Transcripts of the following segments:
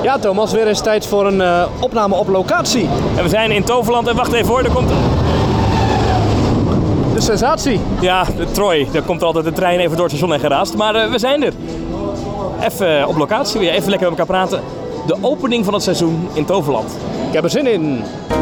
Ja, Thomas, weer eens tijd voor een opname op locatie. En we zijn in Toverland en wacht even hoor, daar komt... De sensatie. Ja, de Troy. Daar komt altijd de trein even door het station en geraast. Maar we zijn er. Even op locatie weer, even lekker met elkaar praten. De opening van het seizoen in Toverland. Ik heb er zin in.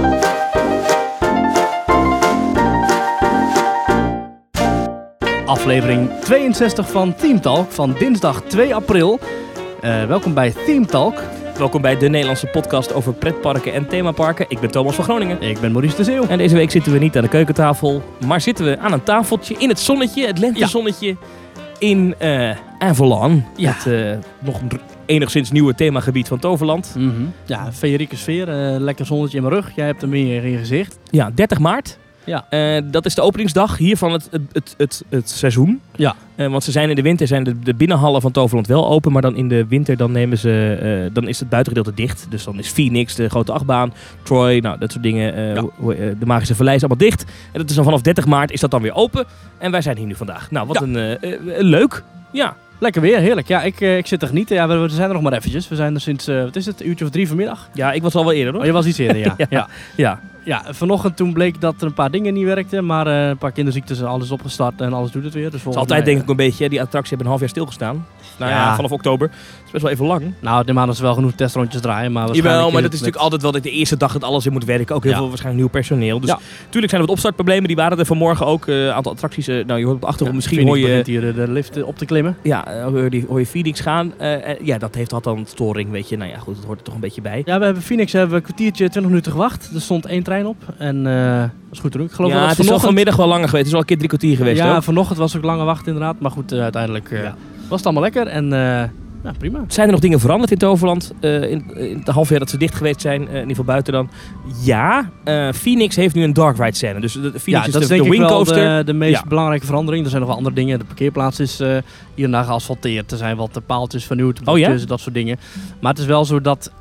Aflevering 62 van Theme Talk van dinsdag 2 april. Welkom bij Theme Talk. Welkom bij de Nederlandse podcast over pretparken en themaparken. Ik ben Thomas van Groningen. Ik ben Maurice de Zeeuw. En deze week zitten we niet aan de keukentafel, maar zitten we aan een tafeltje in het zonnetje, het lentezonnetje in Avalon. Ja. Het nog enigszins nieuwe themagebied van Toverland. Mm-hmm. Ja, feerieke sfeer. Lekker zonnetje in mijn rug. Jij hebt er meer in je gezicht. Ja, 30 maart. Ja. Dat is de openingsdag hier van het seizoen. Ja. Want ze zijn in de winter zijn de binnenhallen van Toverland wel open, maar dan in de winter dan dan is het buitengedeelte dicht. Dus dan is Phoenix, de grote achtbaan, Troy, nou dat soort dingen, de Magische Vallei is allemaal dicht. En dat is dan vanaf 30 maart is dat dan weer open. En wij zijn hier nu vandaag. Nou, wat een leuk. Ja. Lekker weer, heerlijk. Ja, ik zit er genieten. Ja, we zijn er nog maar eventjes. We zijn er sinds, wat is het, een uurtje of 3 vanmiddag? Ja, ik was al wel eerder hoor. Oh, je was iets eerder, ja. Ja. Ja, vanochtend toen bleek dat er een paar dingen niet werkten, maar een paar kinderziektes, alles opgestart en alles doet het weer. Dus het is altijd denk ik een beetje, die attractie hebben een half jaar stilgestaan. Nou ja, vanaf oktober. Dat is best wel even lang. Nou, de maanden is wel genoeg testrondjes draaien, maar jawel, maar dat is natuurlijk altijd wel de eerste dag dat alles in moet werken. Ook heel veel waarschijnlijk nieuw personeel. Dus natuurlijk zijn er wat opstartproblemen, die waren er vanmorgen ook. Een aantal attracties, nou je hoort op de achtergrond misschien hoor je... begint hier de lift op te klimmen. Ja, hoor je Phoenix gaan. Ja, dat heeft had dan storing, weet je. Nou ja, goed, dat hoort er toch een beetje bij. Ja, we hebben Phoenix een kwartiertje, 20 minuten gewacht. Er stond 1 trein op en... dat is goed te doen. Ik geloof het is wel vanmiddag wel langer geweest. Het is wel een keer 3 kwartier geweest. Ja, ook. Vanochtend was ook lange wacht inderdaad. Maar goed, uiteindelijk was het allemaal lekker. En prima. Zijn er nog dingen veranderd in Toverland? In het half jaar dat ze dicht geweest zijn, in ieder geval buiten dan. Ja, Phoenix heeft nu een dark ride scène. Dus Phoenix is dat is de denk ik wingcoaster. Wel de meest belangrijke verandering. Er zijn nog wel andere dingen. De parkeerplaats is hier en daar geasfalteerd. Er zijn wat paaltjes vernieuwd. Dat soort dingen. Maar het is wel zo dat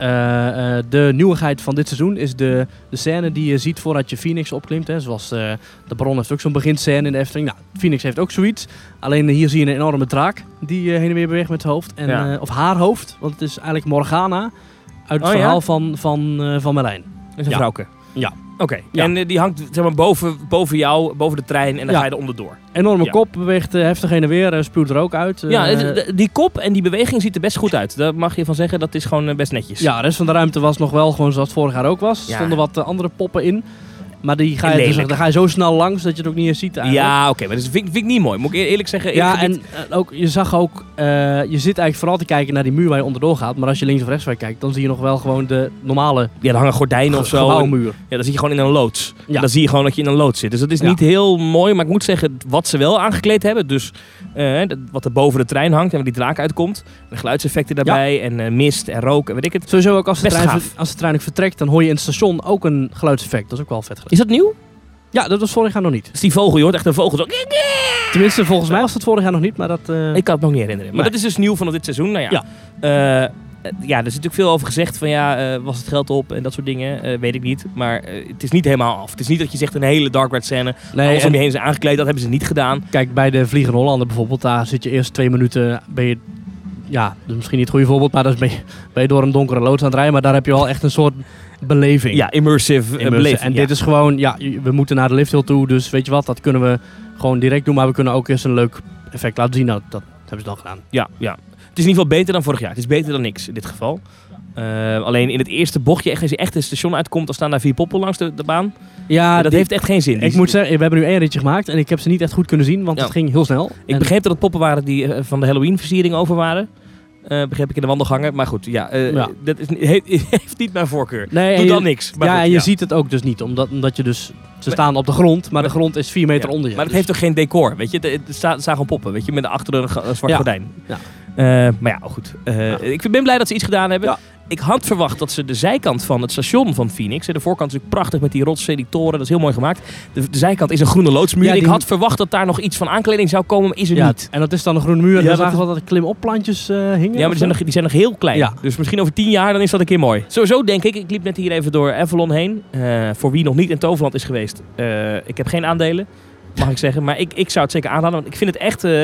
de nieuwigheid van dit seizoen is de scène die je ziet voordat je Phoenix opklimt. Hè. Zoals de Baron heeft ook zo'n beginscène in de Efteling. Nou, Phoenix heeft ook zoiets. Alleen hier zie je een enorme draak die heen en weer beweegt met het hoofd. En, of haar hoofd, want het is eigenlijk Morgana uit het verhaal van Merlijn. Dat is een vrouwke. Ja. Oké. Ja. En die hangt zeg maar, boven jou, boven de trein en dan ga je er onderdoor. Enorme kop, beweegt heftig heen en weer, spuwt er ook uit. Die kop en die beweging ziet er best goed uit. Daar mag je van zeggen, dat is gewoon best netjes. Ja, de rest van de ruimte was nog wel gewoon zoals het vorig jaar ook was. Er stonden wat andere poppen in. Maar daar ga je zo snel langs dat je het ook niet eens ziet eigenlijk. Ja, oké, maar dat vind ik niet mooi. Moet ik eerlijk zeggen. Je zag ook, je zit eigenlijk vooral te kijken naar die muur waar je onderdoor gaat. Maar als je links of rechts kijkt, dan zie je nog wel gewoon de normale... Ja, er hangen gordijnen of zo. Muur. Ja, dan zie je gewoon in een loods. Ja. Dan zie je gewoon dat je in een loods zit. Dus dat is niet heel mooi. Maar ik moet zeggen, wat ze wel aangekleed hebben. Dus wat er boven de trein hangt en waar die draak uitkomt. De geluidseffecten daarbij en mist en rook en weet ik het. Sowieso ook als de trein vertrekt, dan hoor je in het station ook een geluidseffect. Dat is ook wel vet. Is dat nieuw? Ja, dat was vorig jaar nog niet. Dus die vogel, je hoort echt een vogel zo... Tenminste, volgens mij was het vorig jaar nog niet, maar dat... Ik kan het nog niet herinneren. Maar dat is dus nieuw van dit seizoen. Nou ja. Er is natuurlijk veel over gezegd van was het geld op en dat soort dingen. Weet ik niet. Maar het is niet helemaal af. Het is niet dat je zegt een hele dark ride scène. Alles om je heen is aangekleed. Dat hebben ze niet gedaan. Kijk, bij de Vliegende Hollander bijvoorbeeld, daar zit je eerst 2 minuten... Ja, dus misschien niet het goede voorbeeld, maar dan ben je door een donkere loods aan het rijden. Maar daar heb je wel echt een soort beleving. Ja, immersive beleving. En dit is gewoon, we moeten naar de lifthill toe. Dus weet je wat, dat kunnen we gewoon direct doen. Maar we kunnen ook eens een leuk effect laten zien. Nou, dat hebben ze dan gedaan. Ja. Het is in ieder geval beter dan vorig jaar. Het is beter dan niks in dit geval. Alleen in het eerste bochtje, als je echt het station uitkomt, dan staan daar 4 poppen langs de baan. Ja, dat heeft echt geen zin. Ik moet zeggen, we hebben nu 1 ritje gemaakt en ik heb ze niet echt goed kunnen zien, want het ging heel snel. Ik begreep dat het poppen waren die van de Halloween versiering over waren. Begreep ik in de wandelgangen. Maar goed, dat heeft niet mijn voorkeur. Nee, doe dan niks. Maar goed, en je ziet het ook dus niet, omdat je dus... Ze staan op de grond, maar de grond is 4 meter onder je. Maar het heeft toch geen decor, weet je? Het staan gewoon poppen, weet je? Met achter een zwart gordijn. Ja. Maar ja, goed. Ik ben blij dat ze iets gedaan hebben. Ja. Ik had verwacht dat ze de zijkant van het station van Phoenix... De voorkant is natuurlijk prachtig met die rotsen, die toren. Dat is heel mooi gemaakt. De zijkant is een groene loodsmuur. Ja, ik had verwacht dat daar nog iets van aankleding zou komen, maar is er niet. En dat is dan een groene muur. En dan zagen we dat er klim-op-plantjes hingen. Ja, maar die zijn nog heel klein. Ja. Dus misschien over 10 jaar dan is dat een keer mooi. Sowieso denk ik liep net hier even door Avalon heen. Voor wie nog niet in Toverland is geweest. Ik heb geen aandelen, mag ik zeggen. Maar ik zou het zeker aanraden, want ik vind het echt...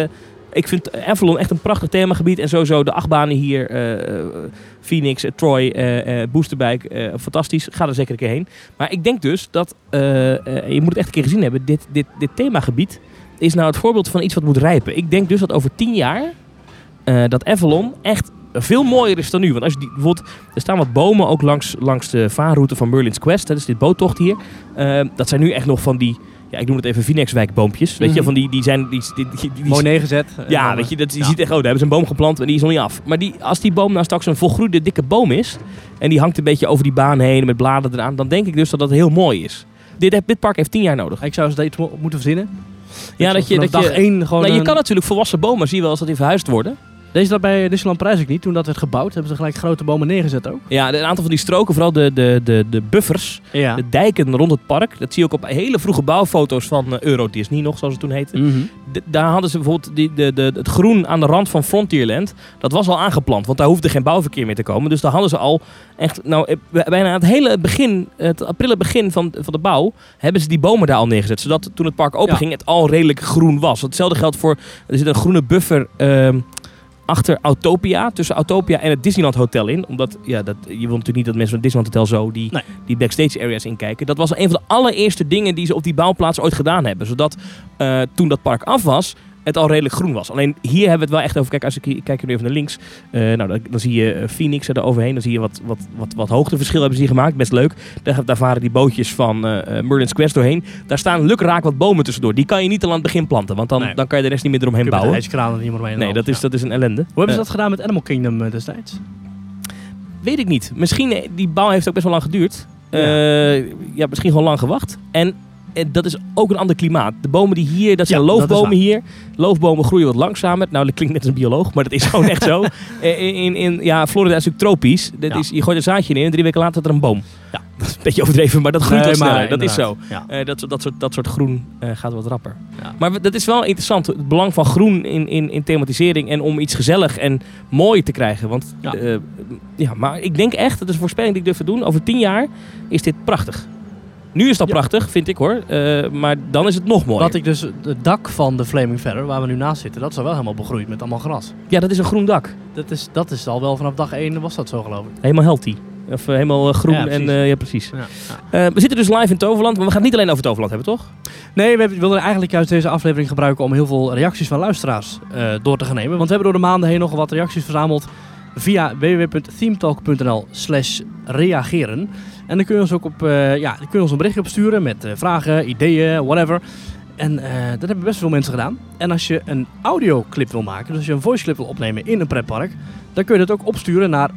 Ik vind Avalon echt een prachtig themagebied. En sowieso de achtbanen hier, Phoenix, Troy, Boosterbike, fantastisch. Ga er zeker een keer heen. Maar ik denk dus dat, je moet het echt een keer gezien hebben, dit themagebied is nou het voorbeeld van iets wat moet rijpen. Ik denk dus dat over 10 jaar dat Avalon echt veel mooier is dan nu. Want als je bijvoorbeeld, er staan wat bomen ook langs de vaarroute van Merlin's Quest. Dat is dit boottocht hier. Dat zijn nu echt nog van die, ja, ik noem het even Phoenixwijk-boompjes. Weet je, van die zijn... Die mooi neergezet. Ja, weet je, je ziet echt, daar hebben ze een boom geplant en die is nog niet af. Maar als die boom nou straks een volgroeide dikke boom is, en die hangt een beetje over die baan heen met bladeren eraan, dan denk ik dus dat dat heel mooi is. Dit park heeft 10 jaar nodig. Ik zou eens iets moeten verzinnen. Ja, dat je dag 1 gewoon... je kan natuurlijk volwassen bomen, zie je wel eens dat die verhuisd worden. Deze dat bij Disneyland Parijs ook niet. Toen dat werd gebouwd, hebben ze gelijk grote bomen neergezet ook. Ja, een aantal van die stroken, vooral de buffers, de dijken rond het park. Dat zie je ook op hele vroege bouwfoto's van Euro Disney nog, zoals het toen heette. Mm-hmm. Daar hadden ze bijvoorbeeld het groen aan de rand van Frontierland. Dat was al aangeplant, want daar hoefde geen bouwverkeer meer te komen. Dus daar hadden ze al echt, bijna het hele begin, het aprille begin van de bouw, hebben ze die bomen daar al neergezet. Zodat toen het park openging, het al redelijk groen was. Hetzelfde geldt voor, er zit een groene buffer achter Autopia, tussen Autopia en het Disneyland Hotel in. Omdat, je wil natuurlijk niet dat mensen van het Disneyland Hotel zo die backstage areas inkijken. Dat was een van de allereerste dingen die ze op die bouwplaats ooit gedaan hebben. Zodat toen dat park af was, het al redelijk groen was. Alleen hier hebben we het wel echt over. Kijk, als ik kijk nu even naar links. Dan zie je Phoenix er overheen. Dan zie je wat hoogteverschil hebben ze hier gemaakt. Best leuk. Daar varen die bootjes van Merlin's Quest doorheen. Daar staan lukraak wat bomen tussendoor. Die kan je niet al aan het begin planten. Want dan kan je de rest niet meer eromheen bouwen. Niet meer omheen. Nee, dat is een ellende. Hoe hebben ze dat gedaan met Animal Kingdom destijds? Weet ik niet. Misschien, die bouw heeft ook best wel lang geduurd. Misschien gewoon lang gewacht. En dat is ook een ander klimaat. De bomen die hier, dat zijn loofbomen hier. Loofbomen groeien wat langzamer. Nou, dat klinkt net als een bioloog, maar dat is gewoon echt zo. Florida is natuurlijk tropisch. Je gooit een zaadje in en 3 weken later staat er een boom. Ja. Dat is een beetje overdreven, maar dat groeit wat sneller. Dat is zo. Ja. Dat soort groen gaat wat rapper. Ja. Maar dat is wel interessant. Het belang van groen in thematisering en om iets gezellig en mooi te krijgen. Want, maar ik denk echt, dat is een voorspelling die ik durf te doen. Over 10 jaar is dit prachtig. Nu is het al prachtig, vind ik hoor. Maar dan is het nog mooier. Dat ik dus het dak van de Flaming Feather, waar we nu naast zitten, dat is al wel helemaal begroeid met allemaal gras. Ja, dat is een groen dak. Dat is al wel vanaf dag 1 was dat zo, geloof ik. Helemaal healthy. Of helemaal groen. Ja, precies. Ja. We zitten dus live in Toverland, maar we gaan het niet alleen over Toverland hebben, toch? Nee, we wilden eigenlijk juist deze aflevering gebruiken om heel veel reacties van luisteraars door te gaan nemen. Want we hebben door de maanden heen nog wat reacties verzameld via www.themetalk.nl/reageren. En dan kun je ons ook een berichtje opsturen met vragen, ideeën, whatever. En dat hebben best veel mensen gedaan. En als je een audioclip wil maken, dus als je een voiceclip wil opnemen in een pretpark, dan kun je dat ook opsturen naar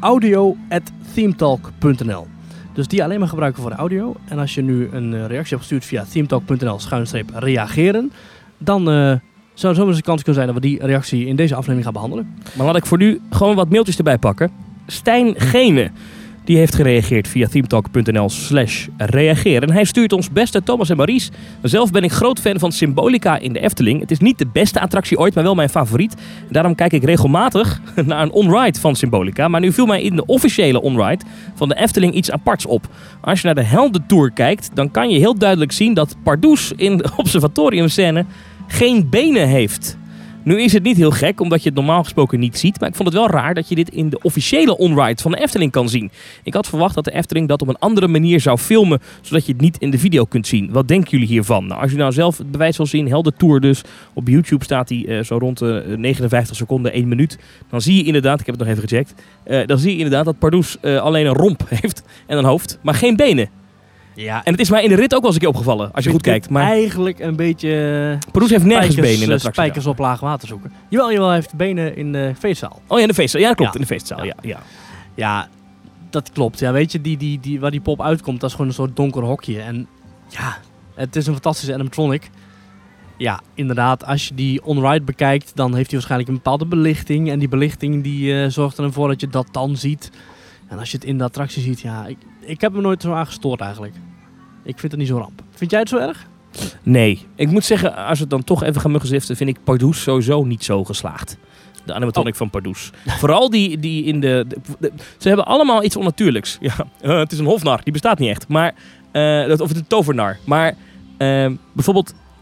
audio@themetalk.nl. Dus die alleen maar gebruiken voor de audio. En als je nu een reactie hebt gestuurd via themetalk.nl/reageren, dan zou zomaar eens een kans kunnen zijn dat we die reactie in deze aflevering gaan behandelen. Maar laat ik voor nu gewoon wat mailtjes erbij pakken. Stijn Gene, die heeft gereageerd via themetalk.nl/reageren. En hij stuurt ons: beste Thomas en Maurice. Zelf ben ik groot fan van Symbolica in de Efteling. Het is niet de beste attractie ooit, maar wel mijn favoriet. Daarom kijk ik regelmatig naar een on-ride van Symbolica. Maar nu viel mij in de officiële on-ride van de Efteling iets aparts op. Als je naar de Heldentour kijkt, dan kan je heel duidelijk zien dat Pardoes in de observatoriumscène geen benen heeft. Nu is het niet heel gek, omdat je het normaal gesproken niet ziet. Maar ik vond het wel raar dat je dit in de officiële on-ride van de Efteling kan zien. Ik had verwacht dat de Efteling dat op een andere manier zou filmen, zodat je het niet in de video kunt zien. Wat denken jullie hiervan? Nou, als je nou zelf het bewijs wil zien, Heldentour dus. Op YouTube staat hij zo rond de 59 seconden, 1 minuut. Dan zie je inderdaad, ik heb het nog even gecheckt. Dan zie je inderdaad dat Pardoes alleen een romp heeft en een hoofd, maar geen benen. Ja, en het is mij in de rit ook wel eens een keer opgevallen, als je goed kijkt. Maar eigenlijk een beetje... Pardoes heeft nergens benen in de attractie. Spijkers op laag water zoeken. Jawel, hij heeft benen in de feestzaal. Oh ja, in de feestzaal. Ja, dat klopt, in de feestzaal. Ja, dat klopt. Ja, weet je, waar die pop uitkomt, dat is gewoon een soort donker hokje. En ja, het is een fantastische animatronic. Ja, inderdaad, als je die on-ride bekijkt, dan heeft hij waarschijnlijk een bepaalde belichting. En die belichting die zorgt ervoor dat je dat dan ziet. En als je het in de attractie ziet, ja, ik heb me nooit zo aan gestoord eigenlijk. Ik vind het niet zo ramp. Vind jij het zo erg? Nee. Ik moet zeggen, als we het dan toch even gaan muggenziften, vind ik Pardoes sowieso niet zo geslaagd. De animatronic van Pardoes. Vooral die in de... Ze hebben allemaal iets onnatuurlijks. Ja, het is een hofnar. Die bestaat niet echt. Maar, of het is een tovernar. Maar bijvoorbeeld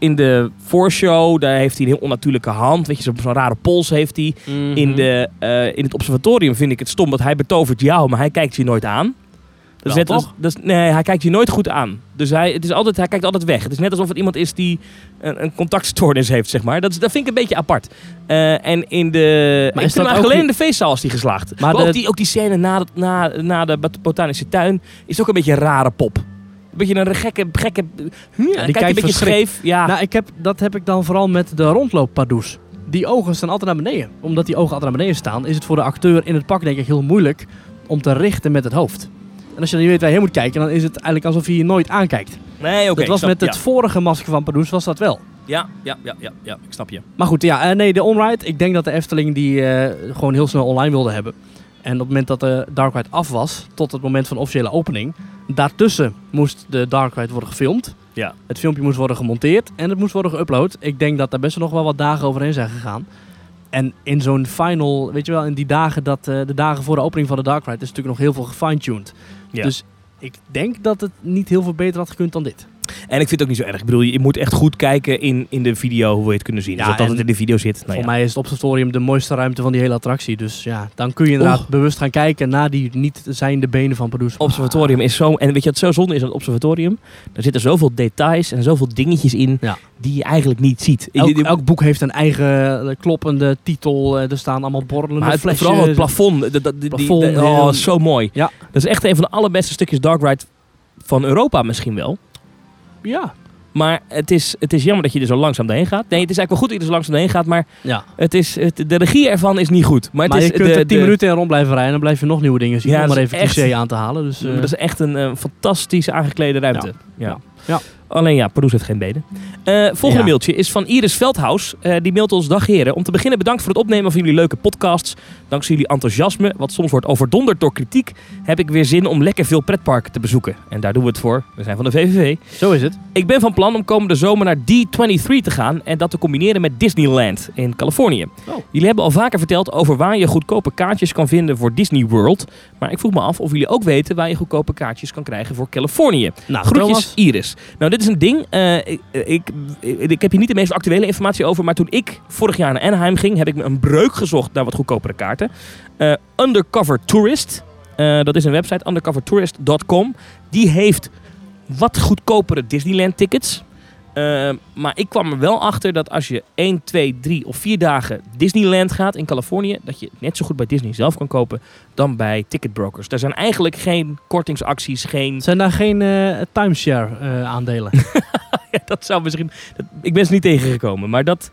in de voorshow, daar heeft hij een heel onnatuurlijke hand. Weet je, zo'n rare pols heeft hij. Mm-hmm. In het observatorium vind ik het stom dat hij betovert jou, maar hij kijkt je nooit aan. Dat is net als, nee, hij kijkt je nooit goed aan. Dus hij kijkt altijd weg. Het is net alsof het iemand is die een contactstoornis heeft, zeg maar. Dat vind ik een beetje apart. En in de... Maar ik vind hem alleen in de feestzaal is die geslaagd. Maar ook die scène na de botanische tuin is ook een beetje een rare pop. Een beetje een gekke die kijkt een beetje scheef. Ja. Nou, dat heb ik dan vooral met de rondlooppardoes. Die ogen staan altijd naar beneden. Omdat die ogen altijd naar beneden staan, is het voor de acteur in het pak denk ik heel moeilijk om te richten met het hoofd. En als je dan niet weet waar je heen moet kijken, dan is het eigenlijk alsof je nooit aankijkt. Nee, oké. Dat was met het vorige masker van Pardoes was dat wel. Ja, ik snap je. Maar goed, de On-Ride. Ik denk dat de Efteling die gewoon heel snel online wilde hebben. En op het moment dat de Dark Ride af was, tot het moment van de officiële opening, daartussen moest de Dark Ride worden gefilmd. Ja. Het filmpje moest worden gemonteerd en het moest worden geüpload. Ik denk dat daar best nog wel wat dagen overheen zijn gegaan. En in zo'n final, weet je wel, in die dagen de dagen voor de opening van de Dark Ride is natuurlijk nog heel veel gefine-tuned. Ja. Dus ik denk dat het niet heel veel beter had gekund dan dit. En ik vind het ook niet zo erg. Ik bedoel, je moet echt goed kijken in de video hoe we het kunnen zien. Ja, dus dat het in de video zit. Voor mij is het observatorium de mooiste ruimte van die hele attractie. Dus ja, dan kun je inderdaad bewust gaan kijken naar die niet zijnde benen van Pardoes. Observatorium is zo... En weet je wat zo zonde is aan het observatorium? Er zitten zoveel details en zoveel dingetjes in die je eigenlijk niet ziet. Elk boek heeft een eigen kloppende titel. Er staan allemaal borrelende flesjes. Vooral het plafond. Zo mooi. Ja. Dat is echt een van de allerbeste stukjes Dark Ride van Europa misschien wel. Ja. Maar het is jammer dat je er zo langzaam doorheen gaat. Nee, het is eigenlijk wel goed dat je er zo langzaam doorheen gaat, maar de regie ervan is niet goed. Maar je kunt er 10 minuten in rond blijven rijden en dan blijf je nog nieuwe dingen zien. Om maar even cliché aan te halen. Dus, dat is echt een fantastisch aangeklede ruimte. Ja. Alleen Pardoes heeft geen benen. Volgende mailtje is van Iris Veldhaus. Die mailt ons: dag heren. Om te beginnen bedankt voor het opnemen van jullie leuke podcasts. Dankzij jullie enthousiasme, wat soms wordt overdonderd door kritiek, heb ik weer zin om lekker veel pretparken te bezoeken. En daar doen we het voor. We zijn van de VVV. Zo is het. Ik ben van plan om komende zomer naar D23 te gaan en dat te combineren met Disneyland in Californië. Jullie hebben al vaker verteld over waar je goedkope kaartjes kan vinden voor Disney World. Maar ik vroeg me af of jullie ook weten waar je goedkope kaartjes kan krijgen voor Californië. Groetjes, Iris. Nou, dit is een ding. Ik heb hier niet de meest actuele informatie over, maar toen ik vorig jaar naar Anaheim ging, heb ik me een breuk gezocht naar wat goedkopere kaarten. Undercover Tourist, dat is een website, undercovertourist.com. Die heeft wat goedkopere Disneyland tickets. Maar ik kwam er wel achter dat als je 1, 2, 3 of 4 dagen Disneyland gaat in Californië, dat je net zo goed bij Disney zelf kan kopen dan bij ticketbrokers. Er zijn eigenlijk geen kortingsacties, Zijn daar geen timeshare aandelen? Ja, dat zou misschien... ik ben ze niet tegengekomen, maar dat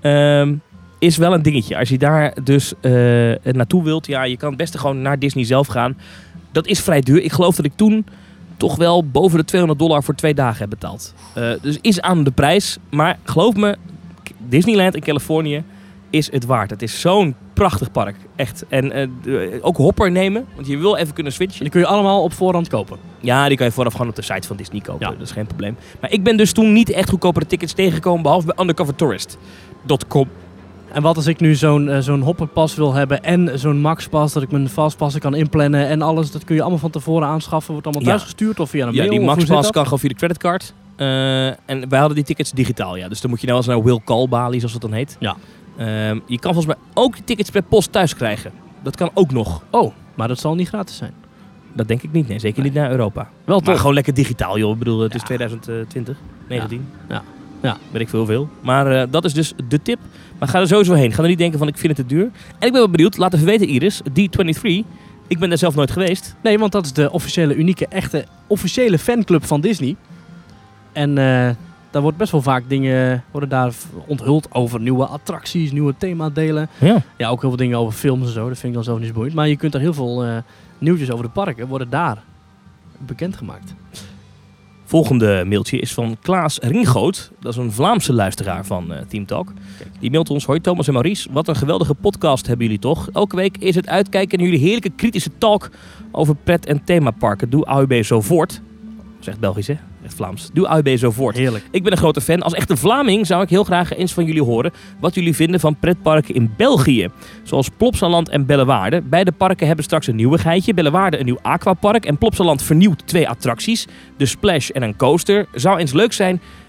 is wel een dingetje. Als je daar dus naartoe wilt, je kan het beste gewoon naar Disney zelf gaan. Dat is vrij duur. Ik geloof dat ik toen toch wel boven de $200 voor 2 dagen heb betaald. Dus is aan de prijs. Maar geloof me, Disneyland in Californië is het waard. Het is zo'n prachtig park. Echt. En ook Hopper nemen, want je wil even kunnen switchen. En die kun je allemaal op voorhand kopen? Ja, die kan je vooraf gewoon op de site van Disney kopen. Ja. Dat is geen probleem. Maar ik ben dus toen niet echt goedkopere tickets tegengekomen, behalve bij undercovertourist.com. En wat als ik nu zo'n hopperpas wil hebben en zo'n maxpas, dat ik mijn fastpassen kan inplannen en alles, dat kun je allemaal van tevoren aanschaffen, wordt allemaal thuis gestuurd of via een mail? Ja, die maxpas kan gewoon via de creditcard. En wij hadden die tickets digitaal, dus dan moet je nou eens naar Will Call balie, zoals het dan heet. Ja. Je kan volgens mij ook die tickets per post thuis krijgen. Dat kan ook nog. Oh, maar dat zal niet gratis zijn. Dat denk ik niet, nee. Zeker niet naar Europa. Wel toch? Gewoon lekker digitaal, joh. Ik bedoel, het is 2020, 19. Ja. Weet ik veel. Maar dat is dus de tip. Maar ga er sowieso heen. Ga er niet denken van ik vind het te duur. En ik ben wel benieuwd. Laat even weten, Iris. D23. Ik ben daar zelf nooit geweest. Nee, want dat is de officiële, unieke, echte, officiële fanclub van Disney. En daar wordt best wel vaak dingen worden daar onthuld over nieuwe attracties, nieuwe themadelen. Ja, ook heel veel dingen over films en zo. Dat vind ik dan zo niet boeiend. Maar je kunt er heel veel nieuwtjes over de parken worden daar bekendgemaakt. Volgende mailtje is van Klaas Ringgoot. Dat is een Vlaamse luisteraar van Team Talk. Die mailt ons: hoi Thomas en Maurice, wat een geweldige podcast hebben jullie toch. Elke week is het uitkijken naar jullie heerlijke kritische talk over pret- en themaparken. Doe AUB zo voort. Zegt Belgisch, hè? Echt Vlaams. Doe AUB zo voort. Heerlijk. Ik ben een grote fan. Als echte Vlaming zou ik heel graag eens van jullie horen wat jullie vinden van pretparken in België. Zoals Plopsaland en Bellewaarde. Beide parken hebben straks een nieuwigheidje. Bellewaarde een nieuw aquapark en Plopsaland vernieuwt 2 attracties. De Splash en een coaster. Zou eens leuk zijn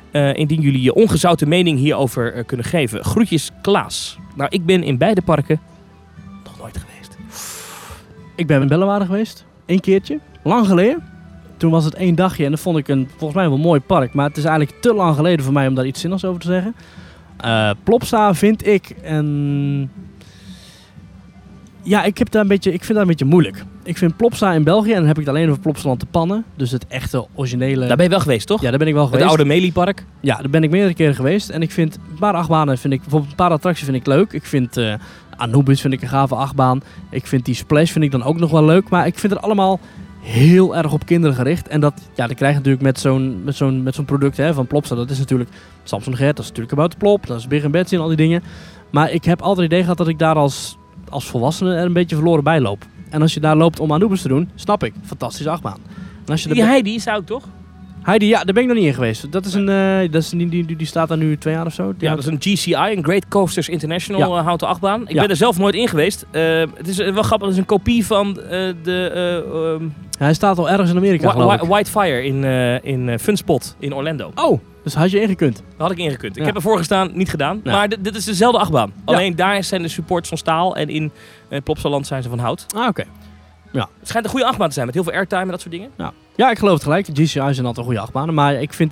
Indien jullie je ongezouten mening hierover kunnen geven. Groetjes, Klaas. Nou, ik ben in beide parken nog nooit geweest. Ik ben in Bellewaarde geweest. 1 keertje. Lang geleden. Toen was het 1 dagje en dat vond ik volgens mij wel een mooi park. Maar het is eigenlijk te lang geleden voor mij om daar iets zinnigs over te zeggen. Plopsa vind ik Ja, ik vind dat een beetje moeilijk. Ik vind Plopsa in België, en dan heb ik het alleen over Plopsaland te Pannen. Dus het echte, originele... Daar ben je wel geweest, toch? Ja, daar ben ik wel geweest. Het oude Meliepark? Ja, daar ben ik meerdere keren geweest. En ik vind een paar achtbanen, bijvoorbeeld een paar attracties vind ik leuk. Ik vind Anubis vind ik een gave achtbaan. Ik vind die Splash vind ik dan ook nog wel leuk. Maar ik vind het allemaal heel erg op kinderen gericht. En dat krijg je natuurlijk met zo'n product van Plopsa. Dat is natuurlijk Samson Gert, dat is natuurlijk About Plop, dat is Big & Betsy en al die dingen. Maar ik heb altijd het idee gehad dat ik daar als volwassene er een beetje verloren bij loop. En als je daar loopt om Anubis te doen, snap ik. Fantastische achtbaan. En als je die Heidi is ook, toch? Heidi, ja, daar ben ik nog niet in geweest. Dat is die staat daar nu 2 jaar of zo. Ja, dat is een GCI, een Great Coasters International houten achtbaan. Ik ben er zelf nooit in geweest. Het is wel grappig, het is een kopie van hij staat al ergens in Amerika, geloof ik. Whitefire in Funspot in Orlando. Oh, dus had je ingekund? Daar had ik ingekund. Ik heb ervoor gestaan, niet gedaan. Ja. Maar dit is dezelfde achtbaan. Alleen daar zijn de supports van staal en in Plopsaland zijn ze van hout. Ah, oké. Ja. Het schijnt een goede achtbaan te zijn met heel veel airtime en dat soort dingen. Ja, ik geloof het gelijk. De GCI zijn altijd goede achtbanen. Maar ik vind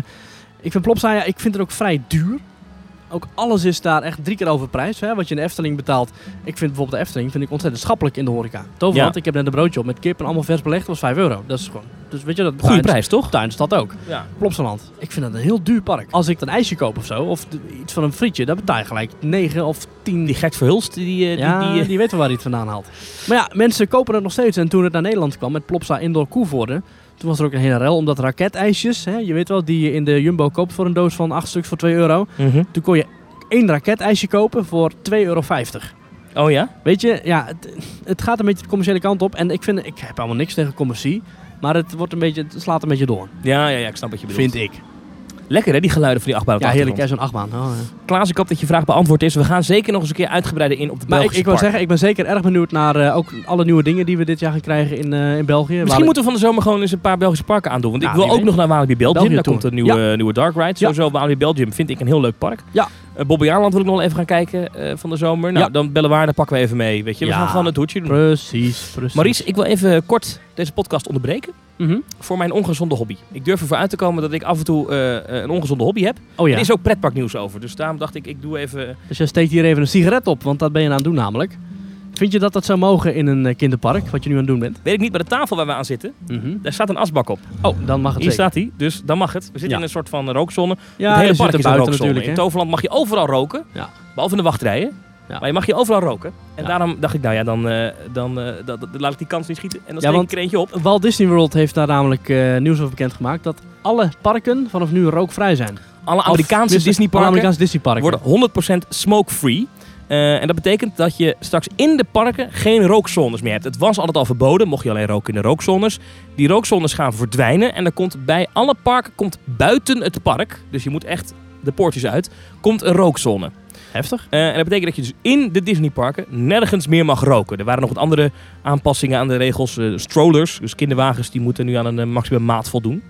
Plopsa, ik vind het ook vrij duur. Ook alles is daar echt 3 keer over prijs. Hè? Wat je in de Efteling betaalt. Ik vind bijvoorbeeld de Efteling ontzettend schappelijk in de horeca. Toverland, ik heb net een broodje op met kip en allemaal vers belegd. Dat was €5. Dat is gewoon... Dus weet je dat... Goede prijs, toch? Tuin is dat ook. Ja. Plopsaland. Ik vind dat een heel duur park. Als ik een ijsje koop of zo, of iets van een frietje, dan betaal je gelijk 9 of 10. Die Gert Verhulst, die weet wel waar hij het vandaan haalt. Maar ja, mensen kopen het nog steeds. En toen het naar Nederland kwam met Plopsa Indoor Koevoorde, toen was er ook een hele rel, omdat raketijsjes, je weet wel, die je in de Jumbo koopt voor een doos van 8 stuks voor €2. Mm-hmm. Toen kon je 1 raketijsje kopen voor €2,50. Oh ja? Weet je, ja, het gaat een beetje de commerciële kant op. En ik heb allemaal niks tegen commercie, maar het slaat een beetje door. Ja, ik snap wat je bedoelt. Vind ik. Lekker hè, die geluiden van die achtbaan. Ja, heerlijk. Zo'n achtbaan. Oh, ja. Klaas, ik hoop dat je vraag beantwoord is. We gaan zeker nog eens een keer uitgebreider in op de Belgische ik wil zeggen, ik ben zeker erg benieuwd naar ook alle nieuwe dingen die we dit jaar gaan krijgen in België. Misschien moeten we van de zomer gewoon eens een paar Belgische parken aandoen. Want ik wil ook nog naar Walibi Belgium. Daar komt een nieuwe dark ride. Sowieso Walibi Belgium vind ik een heel leuk park. Ja. Bobbejaanland wil ik nog wel even gaan kijken van de zomer. Nou, dan Bellewaarde pakken we even mee. Weet je, we gaan gewoon het toertje doen. Precies. Maurice, ik wil even kort deze podcast onderbreken. Mm-hmm. Voor mijn ongezonde hobby. Ik durf ervoor uit te komen dat ik af en toe een ongezonde hobby heb. Oh ja. Er is ook pretparknieuws over. Dus daarom dacht ik doe even... Dus je steekt hier even een sigaret op, want dat ben je aan het doen namelijk. Vind je dat zou mogen in een kinderpark, wat je nu aan het doen bent? Weet ik niet, bij de tafel waar we aan zitten, daar staat een asbak op. Oh, dan mag het Hier zeker. staat hij, dus dan mag het. We zitten in een soort van rookzone. Ja, het hele park is een rookzone. natuurlijk. In Toverland mag je overal roken, behalve in de wachtrijen. Ja. Maar je mag hier overal roken. En daarom dacht ik, dan laat ik die kans niet schieten. En dan steek ik er eentje op. Walt Disney World heeft daar namelijk nieuws over bekendgemaakt dat alle parken vanaf nu rookvrij zijn. Alle Amerikaanse Disneyparken worden 100% smoke-free. En dat betekent dat je straks in de parken geen rookzones meer hebt. Het was altijd al verboden, mocht je alleen roken in de rookzones. Die rookzones gaan verdwijnen en er komt bij alle parken, buiten het park, dus je moet echt de poortjes uit, komt een rookzone. Heftig. En dat betekent dat je dus in de Disneyparken nergens meer mag roken. Er waren nog wat andere aanpassingen aan de regels. Strollers, dus kinderwagens, die moeten nu aan een maximum maat voldoen.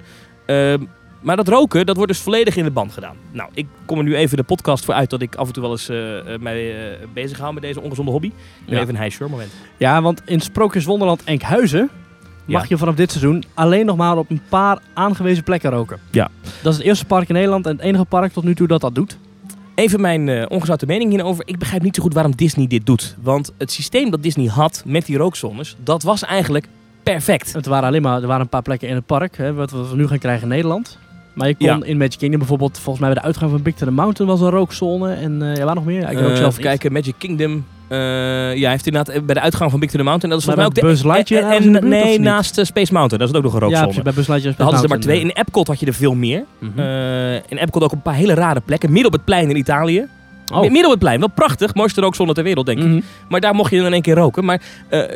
Maar dat roken, dat wordt dus volledig in de band gedaan. Nou, ik kom er nu even de podcast voor uit dat ik af en toe wel eens mij bezig hou met deze ongezonde hobby. Even een high moment. Ja, want in Sprookjeswonderland Enkhuizen mag je vanaf dit seizoen alleen nog maar op een paar aangewezen plekken roken. Ja. Dat is het eerste park in Nederland en het enige park tot nu toe dat doet. Even mijn ongezouten mening hierover. Ik begrijp niet zo goed waarom Disney dit doet. Want het systeem dat Disney had met die rookzones, dat was eigenlijk perfect. Er waren een paar plekken in het park, wat we nu gaan krijgen in Nederland. Maar je kon in Magic Kingdom bijvoorbeeld, volgens mij bij de uitgang van Big Thunder Mountain was een rookzone. En waar nog meer? Ik ook zelf kijken, Magic Kingdom. Hij heeft inderdaad bij de uitgang van Big Thunder Mountain. Dat is volgens mij ook Buzz Lightyear nee, naast Space Mountain. Dat is ook nog een rookzone. Ja, bij Buzz Lightyear hadden ze er maar 2. In Epcot had je er veel meer. In Epcot ook een paar hele rare plekken. Midden op het plein in Italië. Oh. Midden op het plein, wel prachtig. Mooiste rookzone ter wereld, denk ik. Maar daar mocht je dan in één keer roken. Maar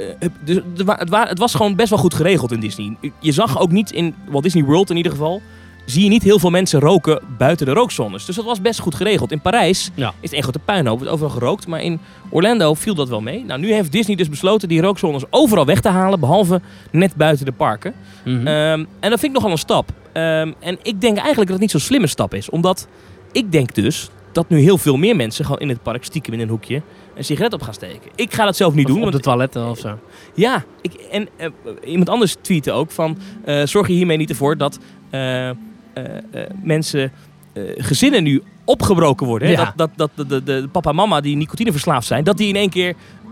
het was gewoon best wel goed geregeld in Disney. Je zag ook niet in Walt Disney World in ieder geval, zie je niet heel veel mensen roken buiten de rookzones. Dus dat was best goed geregeld. In Parijs is het één grote puinhoop, wordt overal gerookt. Maar in Orlando viel dat wel mee. Nou, nu heeft Disney dus besloten die rookzones overal weg te halen, behalve net buiten de parken. En dat vind ik nogal een stap. En ik denk eigenlijk dat het niet zo'n slimme stap is. Omdat ik denk dus dat nu heel veel meer mensen gewoon in het park stiekem in een hoekje een sigaret op gaan steken. Ik ga dat zelf niet doen. Op de toiletten of zo. Ja, iemand anders tweette ook van zorg je hiermee niet ervoor dat mensen, gezinnen nu opgebroken worden. Ja. Dat de papa en mama die nicotineverslaafd zijn, dat die in één keer